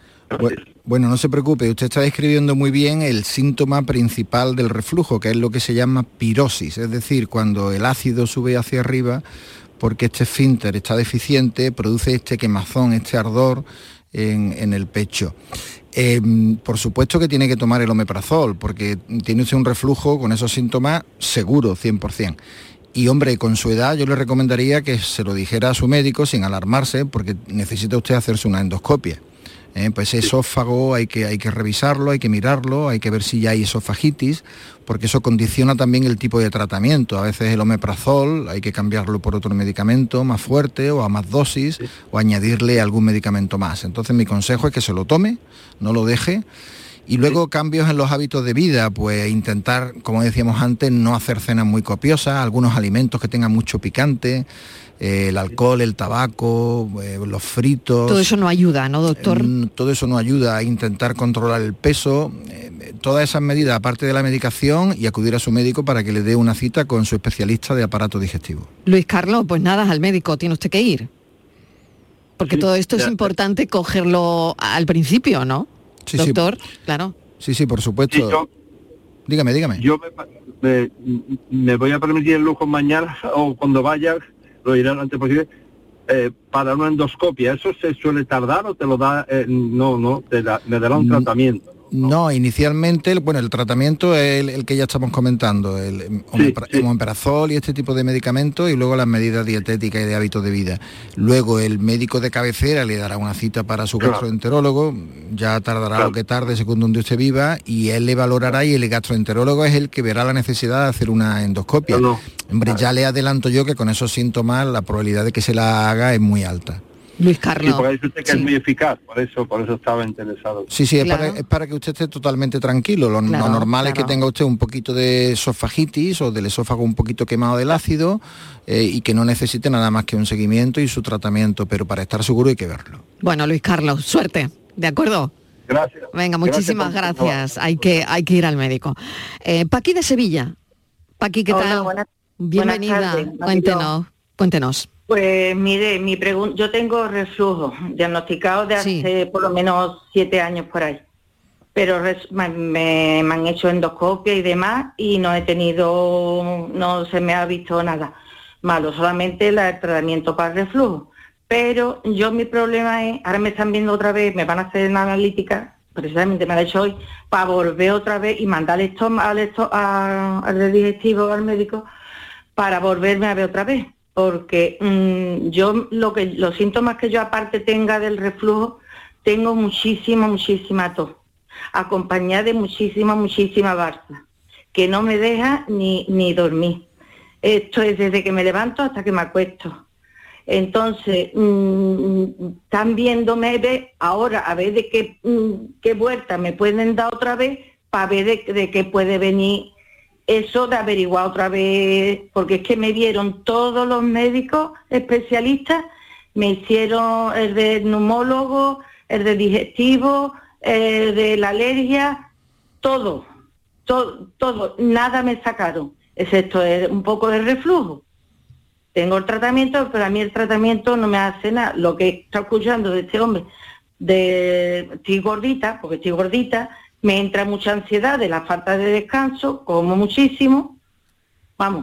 Bueno, no se preocupe, usted está describiendo muy bien el síntoma principal del reflujo, que es lo que se llama pirosis, es decir, cuando el ácido sube hacia arriba, porque este esfínter está deficiente, produce este quemazón, este ardor en, en el pecho. Eh, por supuesto que tiene que tomar el omeprazol, porque tiene usted un reflujo con esos síntomas seguro, cien por ciento. Y hombre, con su edad yo le recomendaría que se lo dijera a su médico sin alarmarse, porque necesita usted hacerse una endoscopia. Eh, pues esófago hay que, hay que revisarlo, hay que mirarlo, hay que ver si ya hay esofagitis, porque eso condiciona también el tipo de tratamiento. A veces el omeprazol hay que cambiarlo por otro medicamento más fuerte o a más dosis, sí, o añadirle algún medicamento más. Entonces mi consejo es que se lo tome, no lo deje. Y luego cambios en los hábitos de vida, pues intentar, como decíamos antes, no hacer cenas muy copiosas, algunos alimentos que tengan mucho picante, eh, el alcohol, el tabaco, eh, los fritos. Todo eso no ayuda, ¿no, doctor? Eh, todo eso no ayuda a intentar controlar el peso. Eh, todas esas medidas, aparte de la medicación, y acudir a su médico para que le dé una cita con su especialista de aparato digestivo. Luis Carlos, pues nada, al médico tiene usted que ir. Porque sí, todo esto ya, es importante cogerlo al principio, ¿no? Sí, doctor, sí. Claro. Sí, sí, por supuesto. Sí, yo, dígame, dígame. Yo me, me, me voy a permitir el lujo mañana o cuando vaya, lo iré lo antes posible, eh, para una endoscopia. ¿Eso se suele tardar o te lo da? Eh, no, no, te da, me dará un no. tratamiento. No, no, inicialmente, bueno, el tratamiento es el, el que ya estamos comentando, el omepra, sí, sí. omeprazol y este tipo de medicamentos, y luego las medidas dietéticas y de hábitos de vida. Luego el médico de cabecera le dará una cita para su claro. gastroenterólogo, ya tardará claro. lo que tarde según donde usted viva, y él le valorará, y el gastroenterólogo es el que verá la necesidad de hacer una endoscopia. No, no. Hombre, ya le adelanto yo que con esos síntomas la probabilidad de que se la haga es muy alta. Luis Carlos. Sí, porque dice usted que sí. es muy eficaz, por eso, por eso estaba interesado. Sí, sí, claro. es, para, es para que usted esté totalmente tranquilo. Lo, claro, lo normal claro. es que tenga usted un poquito de esofagitis o del esófago un poquito quemado del ácido eh, y que no necesite nada más que un seguimiento y su tratamiento, pero para estar seguro hay que verlo. Bueno, Luis Carlos, suerte, ¿de acuerdo? Gracias. Venga, muchísimas gracias. gracias. Hay que, hay que ir al médico. Eh, Paqui de Sevilla. Paqui, ¿qué Hola, tal? Buenas, Bienvenida. Buenas tardes, cuéntenos, cuéntenos. Pues mire, mi pregunta, yo tengo reflujo diagnosticado de hace sí. por lo menos siete años por ahí, pero res, me, me, me han hecho endoscopia y demás y no he tenido, no se me ha visto nada malo, solamente el tratamiento para el reflujo. Pero yo mi problema es, ahora me están viendo otra vez, me van a hacer una analítica, precisamente me la he hecho hoy, para volver otra vez y mandar esto al, esto, a, al digestivo, al médico, para volverme a ver otra vez. Porque mmm, yo lo que los síntomas que yo aparte tenga del reflujo, tengo muchísima, muchísima tos, acompañada de muchísima, muchísima barza, que no me deja ni, ni dormir. Esto es desde que me levanto hasta que me acuesto. Entonces, mmm, están viéndome ver ahora a ver de qué, mmm, qué vuelta me pueden dar otra vez para ver de, de qué puede venir eso, de averiguar otra vez, porque es que me vieron todos los médicos especialistas, me hicieron el de neumólogo, el de digestivo, el de la alergia, todo, todo, todo, nada me sacaron, excepto un poco de reflujo. Tengo el tratamiento, pero a mí el tratamiento no me hace nada. Lo que está escuchando de este hombre, de estoy gordita, porque estoy gordita, me entra mucha ansiedad de la falta de descanso, como muchísimo, vamos,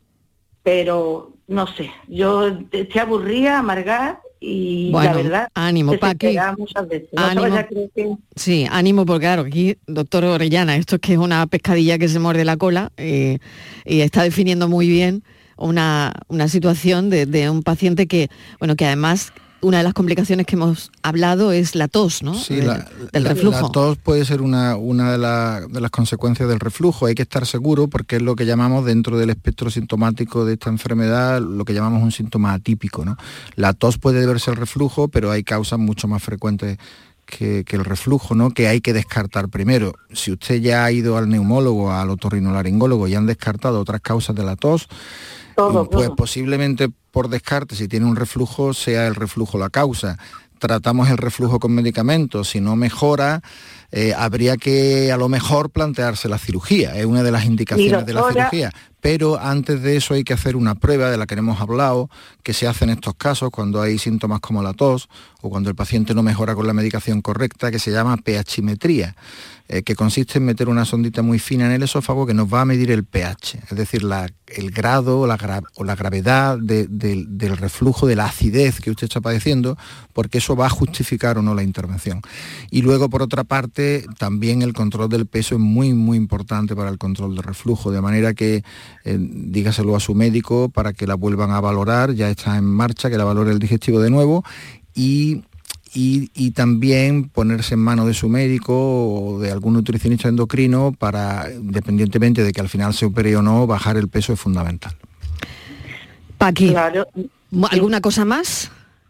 pero no sé, yo estoy aburrida, amargada y bueno, la verdad, ánimo, Paqui. Muchas veces. No ánimo. vaya a creer que... Sí, ánimo, porque claro, aquí, doctor Orellana, esto es que es una pescadilla que se muerde la cola eh, y está definiendo muy bien una, una situación de, de un paciente que, bueno, que además... Una de las complicaciones que hemos hablado es la tos, ¿no? Sí, del, la, del la, reflujo. La tos puede ser una, una de, la, de las consecuencias del reflujo. Hay que estar seguro porque es lo que llamamos dentro del espectro sintomático de esta enfermedad, lo que llamamos un síntoma atípico, ¿no? La tos puede deberse al reflujo, pero hay causas mucho más frecuentes que, que el reflujo, ¿no? Que hay que descartar primero. Si usted ya ha ido al neumólogo, al otorrinolaringólogo y han descartado otras causas de la tos, todo, pues todo. Posiblemente por descarte, si tiene un reflujo, sea el reflujo la causa. Tratamos el reflujo con medicamentos, si no mejora, eh, habría que a lo mejor plantearse la cirugía, es una de las indicaciones de la cirugía. Pero antes de eso hay que hacer una prueba de la que hemos hablado, que se hace en estos casos cuando hay síntomas como la tos o cuando el paciente no mejora con la medicación correcta, que se llama pHimetría, eh, que consiste en meter una sondita muy fina en el esófago que nos va a medir el pH, es decir, la, el grado o la, gra, o la gravedad de, de, del reflujo, de la acidez que usted está padeciendo, porque eso va a justificar o no la intervención. Y luego, por otra parte, también el control del peso es muy, muy importante para el control del reflujo, de manera que Eh, dígaselo a su médico para que la vuelvan a valorar, ya está en marcha, que la valore el digestivo de nuevo y, y, y también ponerse en manos de su médico o de algún nutricionista endocrino para, independientemente de que al final se opere o no, bajar el peso es fundamental. Paqui, claro. ¿Alguna cosa más?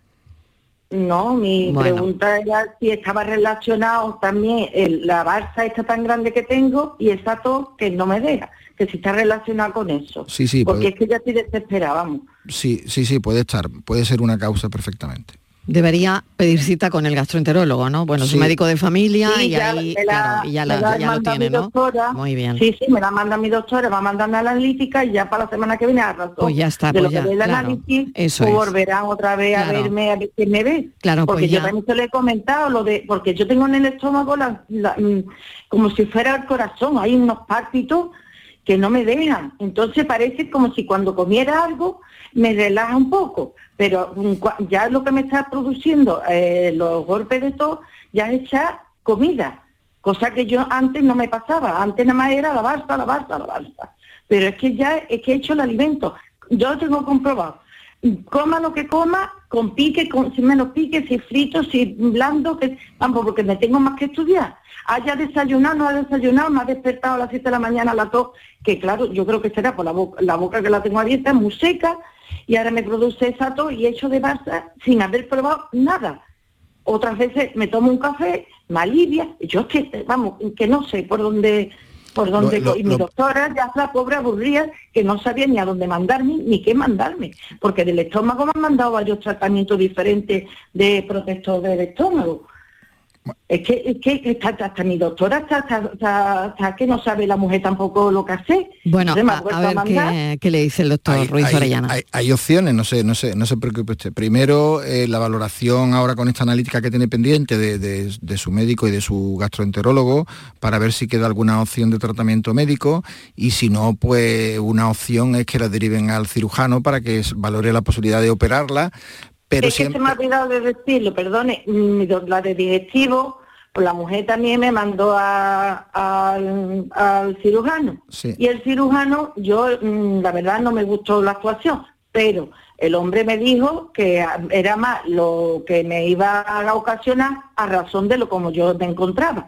No, mi bueno. pregunta era si estaba relacionado también el, la balsa esta tan grande que tengo y esa tos que no me deja, que si está relacionado con eso. Sí, sí, porque puede... es que ya estoy desesperada, vamos. Sí, sí, sí, puede estar, puede ser una causa perfectamente. Debería pedir cita con el gastroenterólogo, ¿no? Bueno, sí. Su médico de familia sí, y ya, ahí, la, claro, y ya, la, ya, ya lo tiene, ¿no? Doctora. Muy bien. Sí, sí, me la manda mi doctora, va a mandarme a la analítica y ya para la semana que viene a razón pues ya está, de pues lo ya, que ve el claro, análisis, eso pues es. volverán otra vez claro. a verme, a ver quién me ve. Claro, porque pues yo ya. también se lo he comentado, lo de porque yo tengo en el estómago la, la, como si fuera el corazón, hay unos pálpitos que no me dejan. Entonces parece como si cuando comiera algo me relaja un poco, pero ya lo que me está produciendo eh, los golpes de tos ya es echar comida, cosa que yo antes no me pasaba, antes nada más era la balsa, la balsa, la balsa, pero es que ya es que he hecho el alimento, yo lo tengo comprobado, coma lo que coma, con pique, con, si menos pique, si frito, si blando, que vamos, porque me tengo más que estudiar. Haya desayunado, no ha desayunado, me ha despertado a las siete de la mañana la tos, que claro, yo creo que será por la boca, la boca que la tengo abierta, es muy seca, y ahora me produce esa tos y he hecho de balsa sin haber probado nada. Otras veces me tomo un café, me alivia, yo es que, vamos, que no sé por dónde... por donde lo, lo, y mi doctora ya la pobre aburrida que no sabía ni a dónde mandarme ni qué mandarme, porque del estómago me han mandado varios tratamientos diferentes de protector del estómago. Es que, es que está, hasta, hasta mi doctora está, está, está, está que no sabe la mujer tampoco lo que hace. Bueno, a, a ver a qué, qué le dice el doctor hay, Ruiz hay, Orellana. Hay, hay opciones, no sé, no sé, no se preocupe usted. Primero, eh, la valoración ahora con esta analítica que tiene pendiente de, de, de su médico y de su gastroenterólogo para ver si queda alguna opción de tratamiento médico y si no, pues una opción es que la deriven al cirujano para que valore la posibilidad de operarla. Pero es siempre... que se me ha olvidado de decirlo, perdone, la de digestivo, pues la mujer también me mandó a, a, al, al cirujano. Sí. Y el cirujano, yo la verdad no me gustó la actuación, pero el hombre me dijo que era más lo que me iba a ocasionar a razón de lo como yo me encontraba.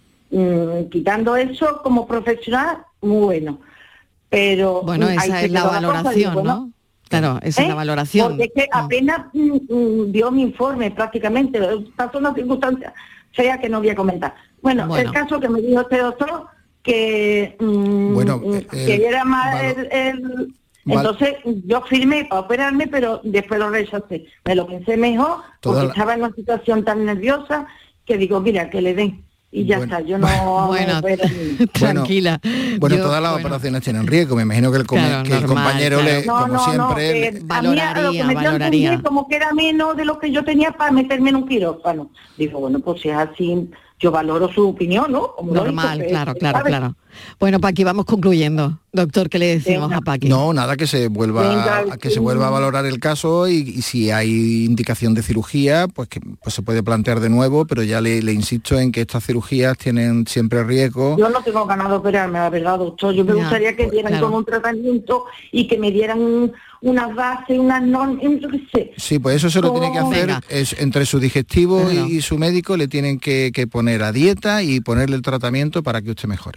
Mm, quitando eso como profesional, muy bueno. Pero bueno, esa es la valoración, digo, bueno, ¿no? Claro, esa ¿Eh? es la valoración. Porque es que apenas mm, dio mi informe prácticamente, pasó una circunstancia fea que no voy a comentar. Bueno, bueno. el caso que me dijo este doctor, que, mm, bueno, que el, era más valo, el... el entonces val, yo firmé para operarme, pero después lo rechacé. Me lo pensé mejor, porque la... estaba en una situación tan nerviosa que digo, mira, que le den. Y ya bueno, está, yo no... Bueno, no tranquila. Bueno, yo, todas las bueno. operaciones tienen riesgo. Me imagino que el, claro, que normal, el compañero, claro. le, no, como no, siempre... No, le... valoraría, a mí, a lo que me valoraría. Entendí, como que era menos de lo que yo tenía para meterme en un quirófano. Digo, bueno, pues si es así, yo valoro su opinión, ¿no? Como normal, dicho, claro, que, claro, ¿sabes? claro. Bueno, Paqui, vamos concluyendo. Doctor, ¿qué le decimos Venga. a Paqui? No, nada, que se vuelva Venga, a, que se vuelva a valorar el caso y, y si hay indicación de cirugía, pues que pues se puede plantear de nuevo, pero ya le, le insisto en que estas cirugías tienen siempre riesgo. Yo no tengo ganas de operarme, la verdad, doctor. Yo me ya, gustaría que dieran claro. como un tratamiento y que me dieran unas bases, unas normas, yo qué sé. Sí, pues eso se lo oh, tiene que hacer es, entre su digestivo bueno. y, y su médico le tienen que, que poner a dieta y ponerle el tratamiento para que usted mejore. Pero piensa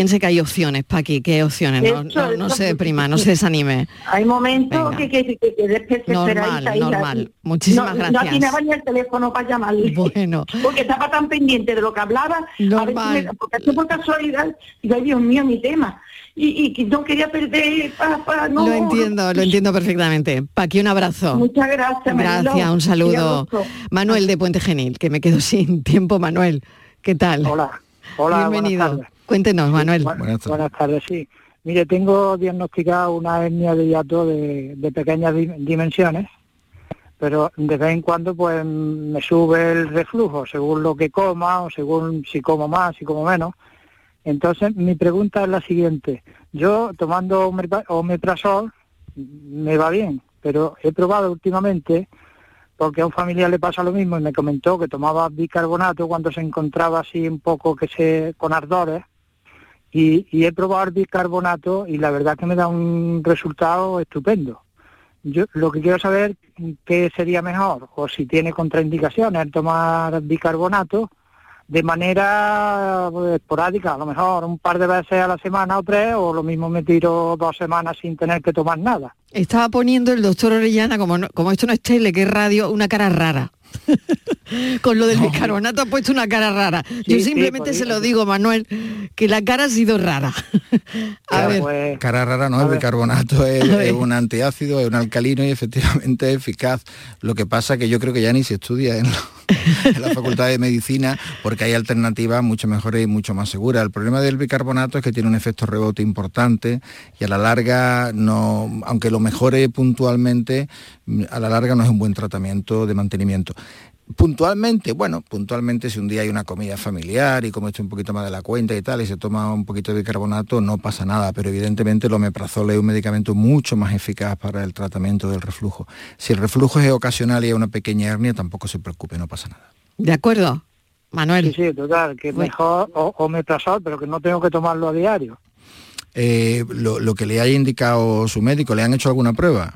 piense que hay opciones, Paqui, que hay opciones, no, Eso, no, no eso, se deprima, no se desanime. Hay momentos Venga. que, que, que, que desesperáis Normal, ahí, normal. así. Muchísimas no, gracias. No atinaba ni el teléfono para llamarle. Bueno. Porque estaba tan pendiente de lo que hablaba. Normal. A ver si me, porque así por casualidad, digo, ay Dios mío, mi tema. Y, y que no quería perder, pa, pa, no. Lo entiendo, lo entiendo perfectamente. Paqui, un abrazo. Muchas gracias, Mariló. Gracias, un saludo. Qué gusto. Manuel de Puente Genil, que me quedo sin tiempo, Manuel. ¿Qué tal? Hola, hola, bienvenido. buenas tardes. Cuéntenos, Manuel. Buenas tardes. Buenas tardes, sí. Mire, tengo diagnosticada una hernia de hiato de, de pequeñas di- dimensiones, pero de vez en cuando pues me sube el reflujo, según lo que coma, o según si como más, si como menos. Entonces, mi pregunta es la siguiente. Yo, tomando omepra- omeprazol, me va bien, pero he probado últimamente, porque a un familiar le pasa lo mismo, y me comentó que tomaba bicarbonato cuando se encontraba así un poco que se con ardores, y, y he probado el bicarbonato y la verdad que me da un resultado estupendo. Yo lo que quiero saber qué sería mejor, o si tiene contraindicaciones el tomar bicarbonato de manera pues, esporádica, a lo mejor un par de veces a la semana o tres, o lo mismo me tiro dos semanas sin tener que tomar nada. Estaba poniendo el doctor Orellana, como, no- como esto no es tele, que es radio, una cara rara. Con lo del No. bicarbonato ha puesto una cara rara. Yo Sí, simplemente sí, se podría. lo digo, Manuel, que la cara ha sido rara. A ver. Pues, cara rara no, el bicarbonato es, es un antiácido, es un alcalino y efectivamente es eficaz. Lo que pasa que yo creo que ya ni se estudia en, lo- en la Facultad de Medicina, porque hay alternativas mucho mejores y mucho más seguras. El problema del bicarbonato es que tiene un efecto rebote importante y a la larga, no, aunque lo mejore puntualmente, a la larga no es un buen tratamiento de mantenimiento. Puntualmente, bueno, puntualmente si un día hay una comida familiar y come esto un poquito más de la cuenta y tal, y se toma un poquito de bicarbonato, no pasa nada, pero evidentemente el omeprazol es un medicamento mucho más eficaz para el tratamiento del reflujo. Si el reflujo es ocasional y hay una pequeña hernia, tampoco se preocupe, no pasa nada. ¿De acuerdo, Manuel? Sí, sí, total, que Bueno. mejor o- omeprazol, pero que no tengo que tomarlo a diario. Eh, lo, lo que le haya indicado su médico, ¿le han hecho alguna prueba?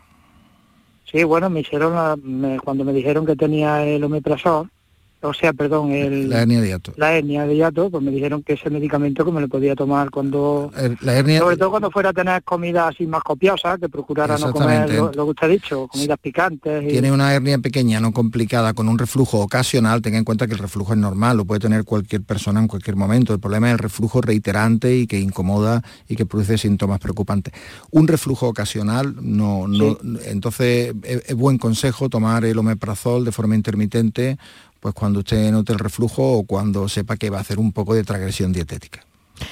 Sí, bueno, me hicieron la- me- cuando me dijeron que tenía el omeprazol, o sea, perdón, el, La hernia de hiato. la hernia de hiato, pues me dijeron que ese medicamento que me lo podía tomar cuando... Eh, La hernia, Sobre todo cuando fuera a tener comidas así más copiosas, que procurara no comer Exactamente. lo, lo que usted ha dicho, comidas picantes. Y... tiene una hernia pequeña, no complicada, con un reflujo ocasional. Tenga en cuenta que el reflujo es normal, lo puede tener cualquier persona en cualquier momento. El problema es el reflujo reiterante y que incomoda y que produce síntomas preocupantes. Un reflujo ocasional, no, no, entonces es, es buen consejo tomar el omeprazol de forma intermitente, pues cuando usted note el reflujo o cuando sepa que va a hacer un poco de transgresión dietética.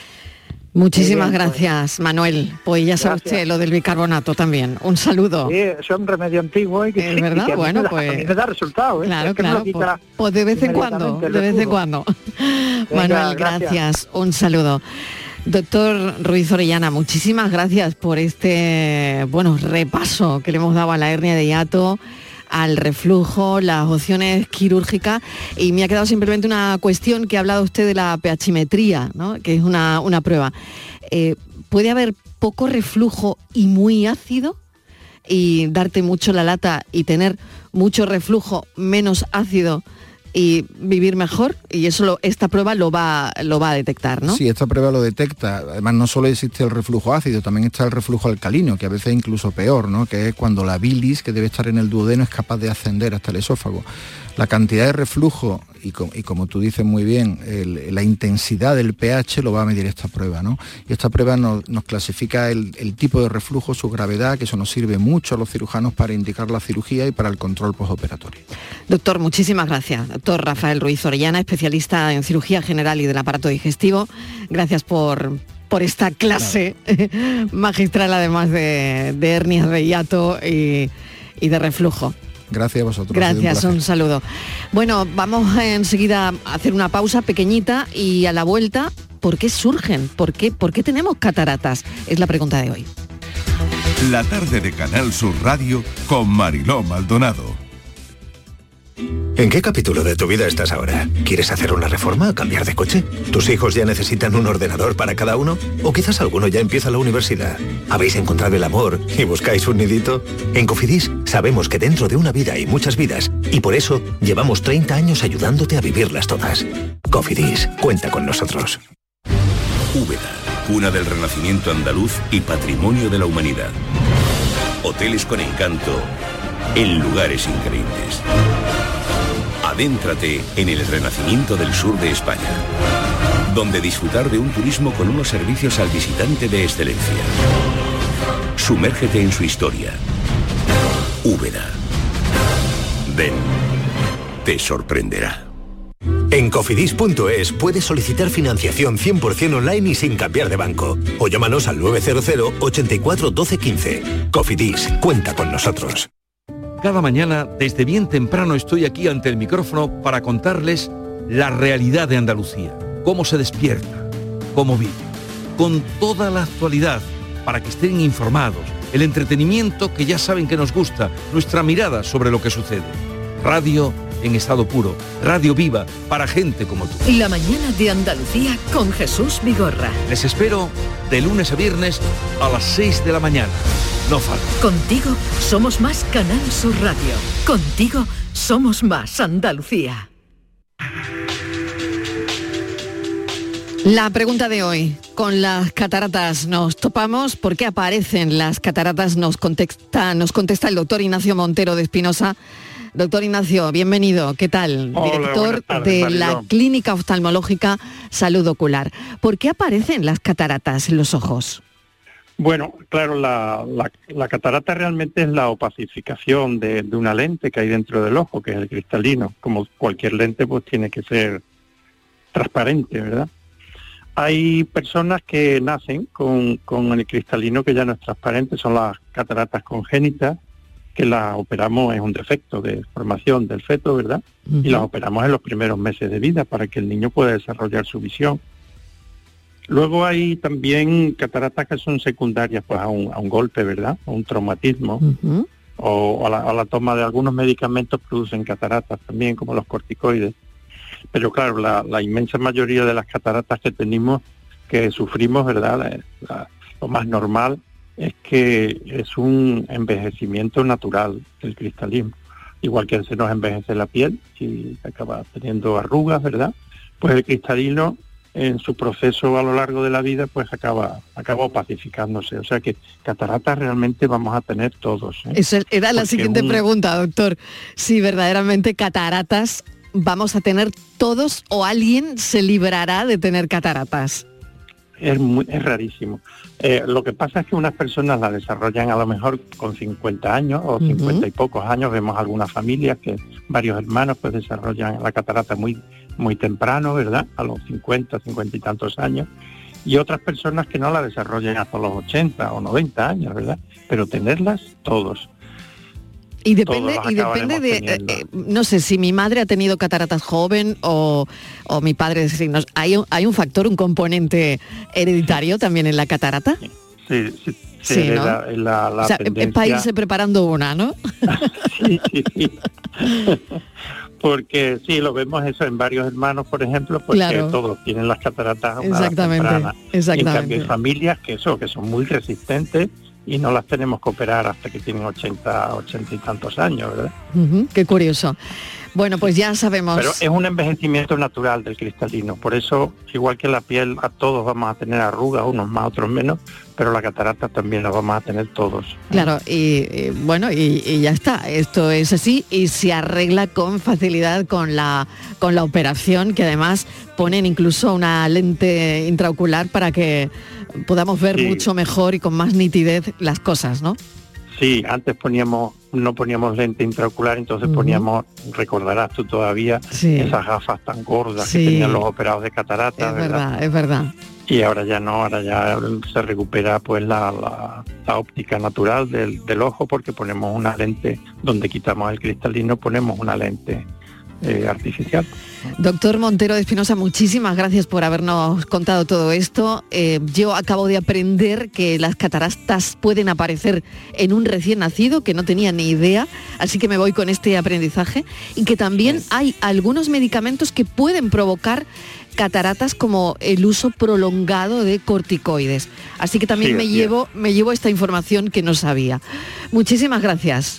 Muchísimas Muy bien, pues. gracias, Manuel. Pues ya sabe Gracias. usted lo del bicarbonato también. Un saludo. Sí, eso es un remedio antiguo y que, Es y verdad, que a mí bueno, me da, pues- a mí me da resultado. ¿eh? Claro, Es que me claro. lo quita Pues, pues de vez en cuando, inmediatamente el de vez en reflujo. cuando. Manuel, gracias. gracias. Un saludo. Doctor Ruiz Orellana, muchísimas gracias por este bueno repaso que le hemos dado a la hernia de hiato, al reflujo, las opciones quirúrgicas, y me ha quedado simplemente una cuestión que ha hablado usted de la pHimetría, ¿no? Que es una, una prueba. Eh, ¿Puede haber poco reflujo y muy ácido? Y darte mucho la lata y tener mucho reflujo, menos ácido y vivir mejor, y eso lo, esta prueba lo va, lo va a detectar, ¿no? Sí, esta prueba lo detecta. Además, no solo existe el reflujo ácido, también está el reflujo alcalino, que a veces es incluso peor, ¿no? Que es cuando la bilis, que debe estar en el duodeno, es capaz de ascender hasta el esófago. La cantidad de reflujo y, com- y como tú dices muy bien, el- la intensidad del pH lo va a medir esta prueba, ¿no? Y esta prueba nos, nos clasifica el, el tipo de reflujo, su gravedad, que eso nos sirve mucho a los cirujanos para indicar la cirugía y para el control postoperatorio. Doctor, muchísimas gracias. Doctor Rafael Ruiz Orellana, especialista en cirugía general y del aparato digestivo. Gracias por, por esta clase magistral, además de, de hernias de hiato y, y de reflujo. Gracias a vosotros. ha sido un Gracias, placer. un saludo. Bueno, vamos enseguida a hacer una pausa pequeñita y a la vuelta, ¿por qué surgen? ¿Por qué, por qué tenemos cataratas? Es la pregunta de hoy. La tarde de Canal Sur Radio con Mariló Maldonado. ¿En qué capítulo de tu vida estás ahora? ¿Quieres hacer una reforma o cambiar de coche? ¿Tus hijos ya necesitan un ordenador para cada uno? ¿O quizás alguno ya empieza la universidad? ¿Habéis encontrado el amor y buscáis un nidito? En Cofidis sabemos que dentro de una vida hay muchas vidas y por eso llevamos treinta años ayudándote a vivirlas todas. Cofidis, cuenta con nosotros. Úbeda, cuna del renacimiento andaluz y patrimonio de la humanidad. Hoteles con encanto en lugares increíbles. Adéntrate en el renacimiento del sur de España, donde disfrutar de un turismo con unos servicios al visitante de excelencia. Sumérgete en su historia. Úbeda. Ven, te sorprenderá. En cofidis punto es puedes solicitar financiación cien por ciento online y sin cambiar de banco. O llámanos al nueve cero cero, ochenta y cuatro, doce, quince. Cofidis, cuenta con nosotros. Cada mañana, desde bien temprano, estoy aquí ante el micrófono para contarles la realidad de Andalucía. Cómo se despierta, cómo vive. Con toda la actualidad, para que estén informados. El entretenimiento que ya saben que nos gusta. Nuestra mirada sobre lo que sucede. Radio en estado puro, radio viva para gente como tú. La mañana de Andalucía con Jesús Vigorra. Les espero de lunes a viernes a las seis de la mañana. No falta. Contigo somos más Canal Sur Radio. Contigo somos más Andalucía. La pregunta de hoy, con las cataratas nos topamos, ¿por qué aparecen las cataratas? Nos contesta, nos contesta el doctor Ignacio Montero de Espinosa. Doctor Ignacio, bienvenido. ¿Qué tal? Hola, director tardes, de Mariló. la Clínica Oftalmológica Salud Ocular. ¿Por qué aparecen las cataratas en los ojos? Bueno, claro, la, la, la catarata realmente es la opacificación de, de una lente que hay dentro del ojo, que es el cristalino. Como cualquier lente, pues tiene que ser transparente, ¿verdad? Hay personas que nacen con, con el cristalino que ya no es transparente, son las cataratas congénitas, que las operamos, es un defecto de formación del feto, ¿verdad? Uh-huh. Y las operamos en los primeros meses de vida para que el niño pueda desarrollar su visión. Luego hay también cataratas que son secundarias pues a un, a un golpe, ¿verdad? A un traumatismo. Uh-huh. O a la, a la toma de algunos medicamentos producen cataratas también, como los corticoides. Pero claro, la, la inmensa mayoría de las cataratas que tenemos, que sufrimos, ¿verdad? La, la, lo más normal es que es un envejecimiento natural del cristalismo. Igual que se nos envejece la piel y acaba teniendo arrugas, ¿verdad? Pues el cristalino en su proceso a lo largo de la vida pues acaba acaba opacificándose. O sea que cataratas realmente vamos a tener todos, ¿eh? Esa era la Porque siguiente un... pregunta, doctor. Si verdaderamente cataratas vamos a tener todos o alguien se librará de tener cataratas. Es, muy, es rarísimo. Eh, lo que pasa es que unas personas la desarrollan a lo mejor con cincuenta años o cincuenta uh-huh. y pocos años. Vemos algunas familias que varios hermanos pues desarrollan la catarata muy muy temprano, ¿verdad? A los cincuenta, cincuenta y tantos años. Y otras personas que no la desarrollan hasta los ochenta o noventa años, ¿verdad? Pero tenerlas todos. Y depende, y depende de, eh, no sé, si mi madre ha tenido cataratas joven o, o mi padre de signos, ¿hay un, ¿hay un factor, un componente hereditario también en la catarata? Sí, sí, sí, sí, ¿no? la, la, la o sea, tendencia... para irse preparando una, ¿no? sí, sí, sí. Porque sí, lo vemos eso en varios hermanos, por ejemplo, porque claro. todos tienen las cataratas a una edad temprana. Exactamente. En cambio hay familias que eso, que son muy resistentes y no las tenemos que operar hasta que tienen ochenta, ochenta y tantos años, ¿verdad? Uh-huh, qué curioso. Bueno, pues ya sabemos. Pero es un envejecimiento natural del cristalino, por eso, igual que la piel, a todos vamos a tener arrugas, unos más, otros menos, pero la catarata también la vamos a tener todos. Claro, y, y bueno, y, y ya está, esto es así y se arregla con facilidad con la, con la operación, que además ponen incluso una lente intraocular para que podamos ver sí. mucho mejor y con más nitidez las cosas, ¿no? Sí, antes poníamos, no poníamos lente intraocular, entonces uh-huh. poníamos, recordarás tú todavía, sí. esas gafas tan gordas sí. que tenían los operados de catarata, es ¿verdad? verdad, es verdad. Y ahora ya no, ahora ya se recupera pues la, la, la óptica natural del, del ojo, porque ponemos una lente, donde quitamos el cristalino, ponemos una lente eh, artificial. Doctor Montero de Espinosa, muchísimas gracias por habernos contado todo esto. Eh, yo acabo de aprender que las cataratas pueden aparecer en un recién nacido, que no tenía ni idea, así que me voy con este aprendizaje, y que también hay algunos medicamentos que pueden provocar cataratas, como el uso prolongado de corticoides. Así que también sí, me llevo, me llevo esta información que no sabía. Muchísimas gracias.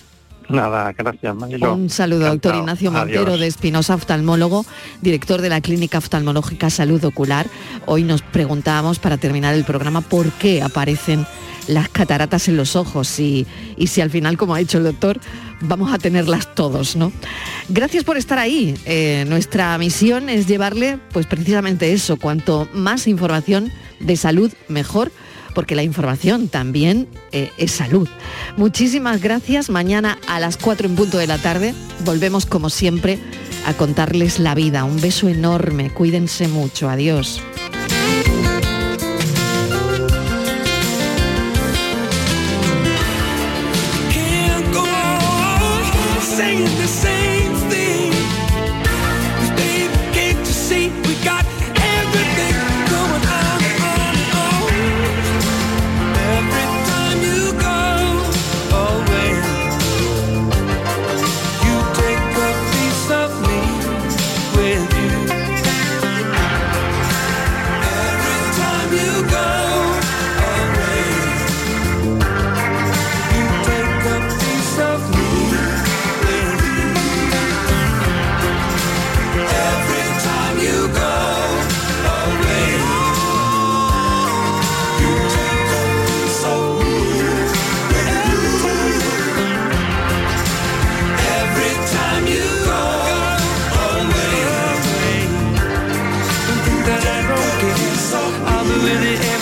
Nada, gracias, Mariló. Un saludo, doctor Ignacio Montero. Adiós. De Espinosa, oftalmólogo, director de la Clínica Oftalmológica Salud Ocular. Hoy nos preguntábamos, para terminar el programa, por qué aparecen las cataratas en los ojos y, y si al final, como ha dicho el doctor, vamos a tenerlas todos, ¿no? Gracias por estar ahí. Eh, nuestra misión es llevarle, pues precisamente eso, cuanto más información de salud, mejor, porque la información también eh, es salud. Muchísimas gracias. Mañana a las cuatro en punto de la tarde volvemos, como siempre, a contarles la vida. Un beso enorme. Cuídense mucho. Adiós. I'll be with it.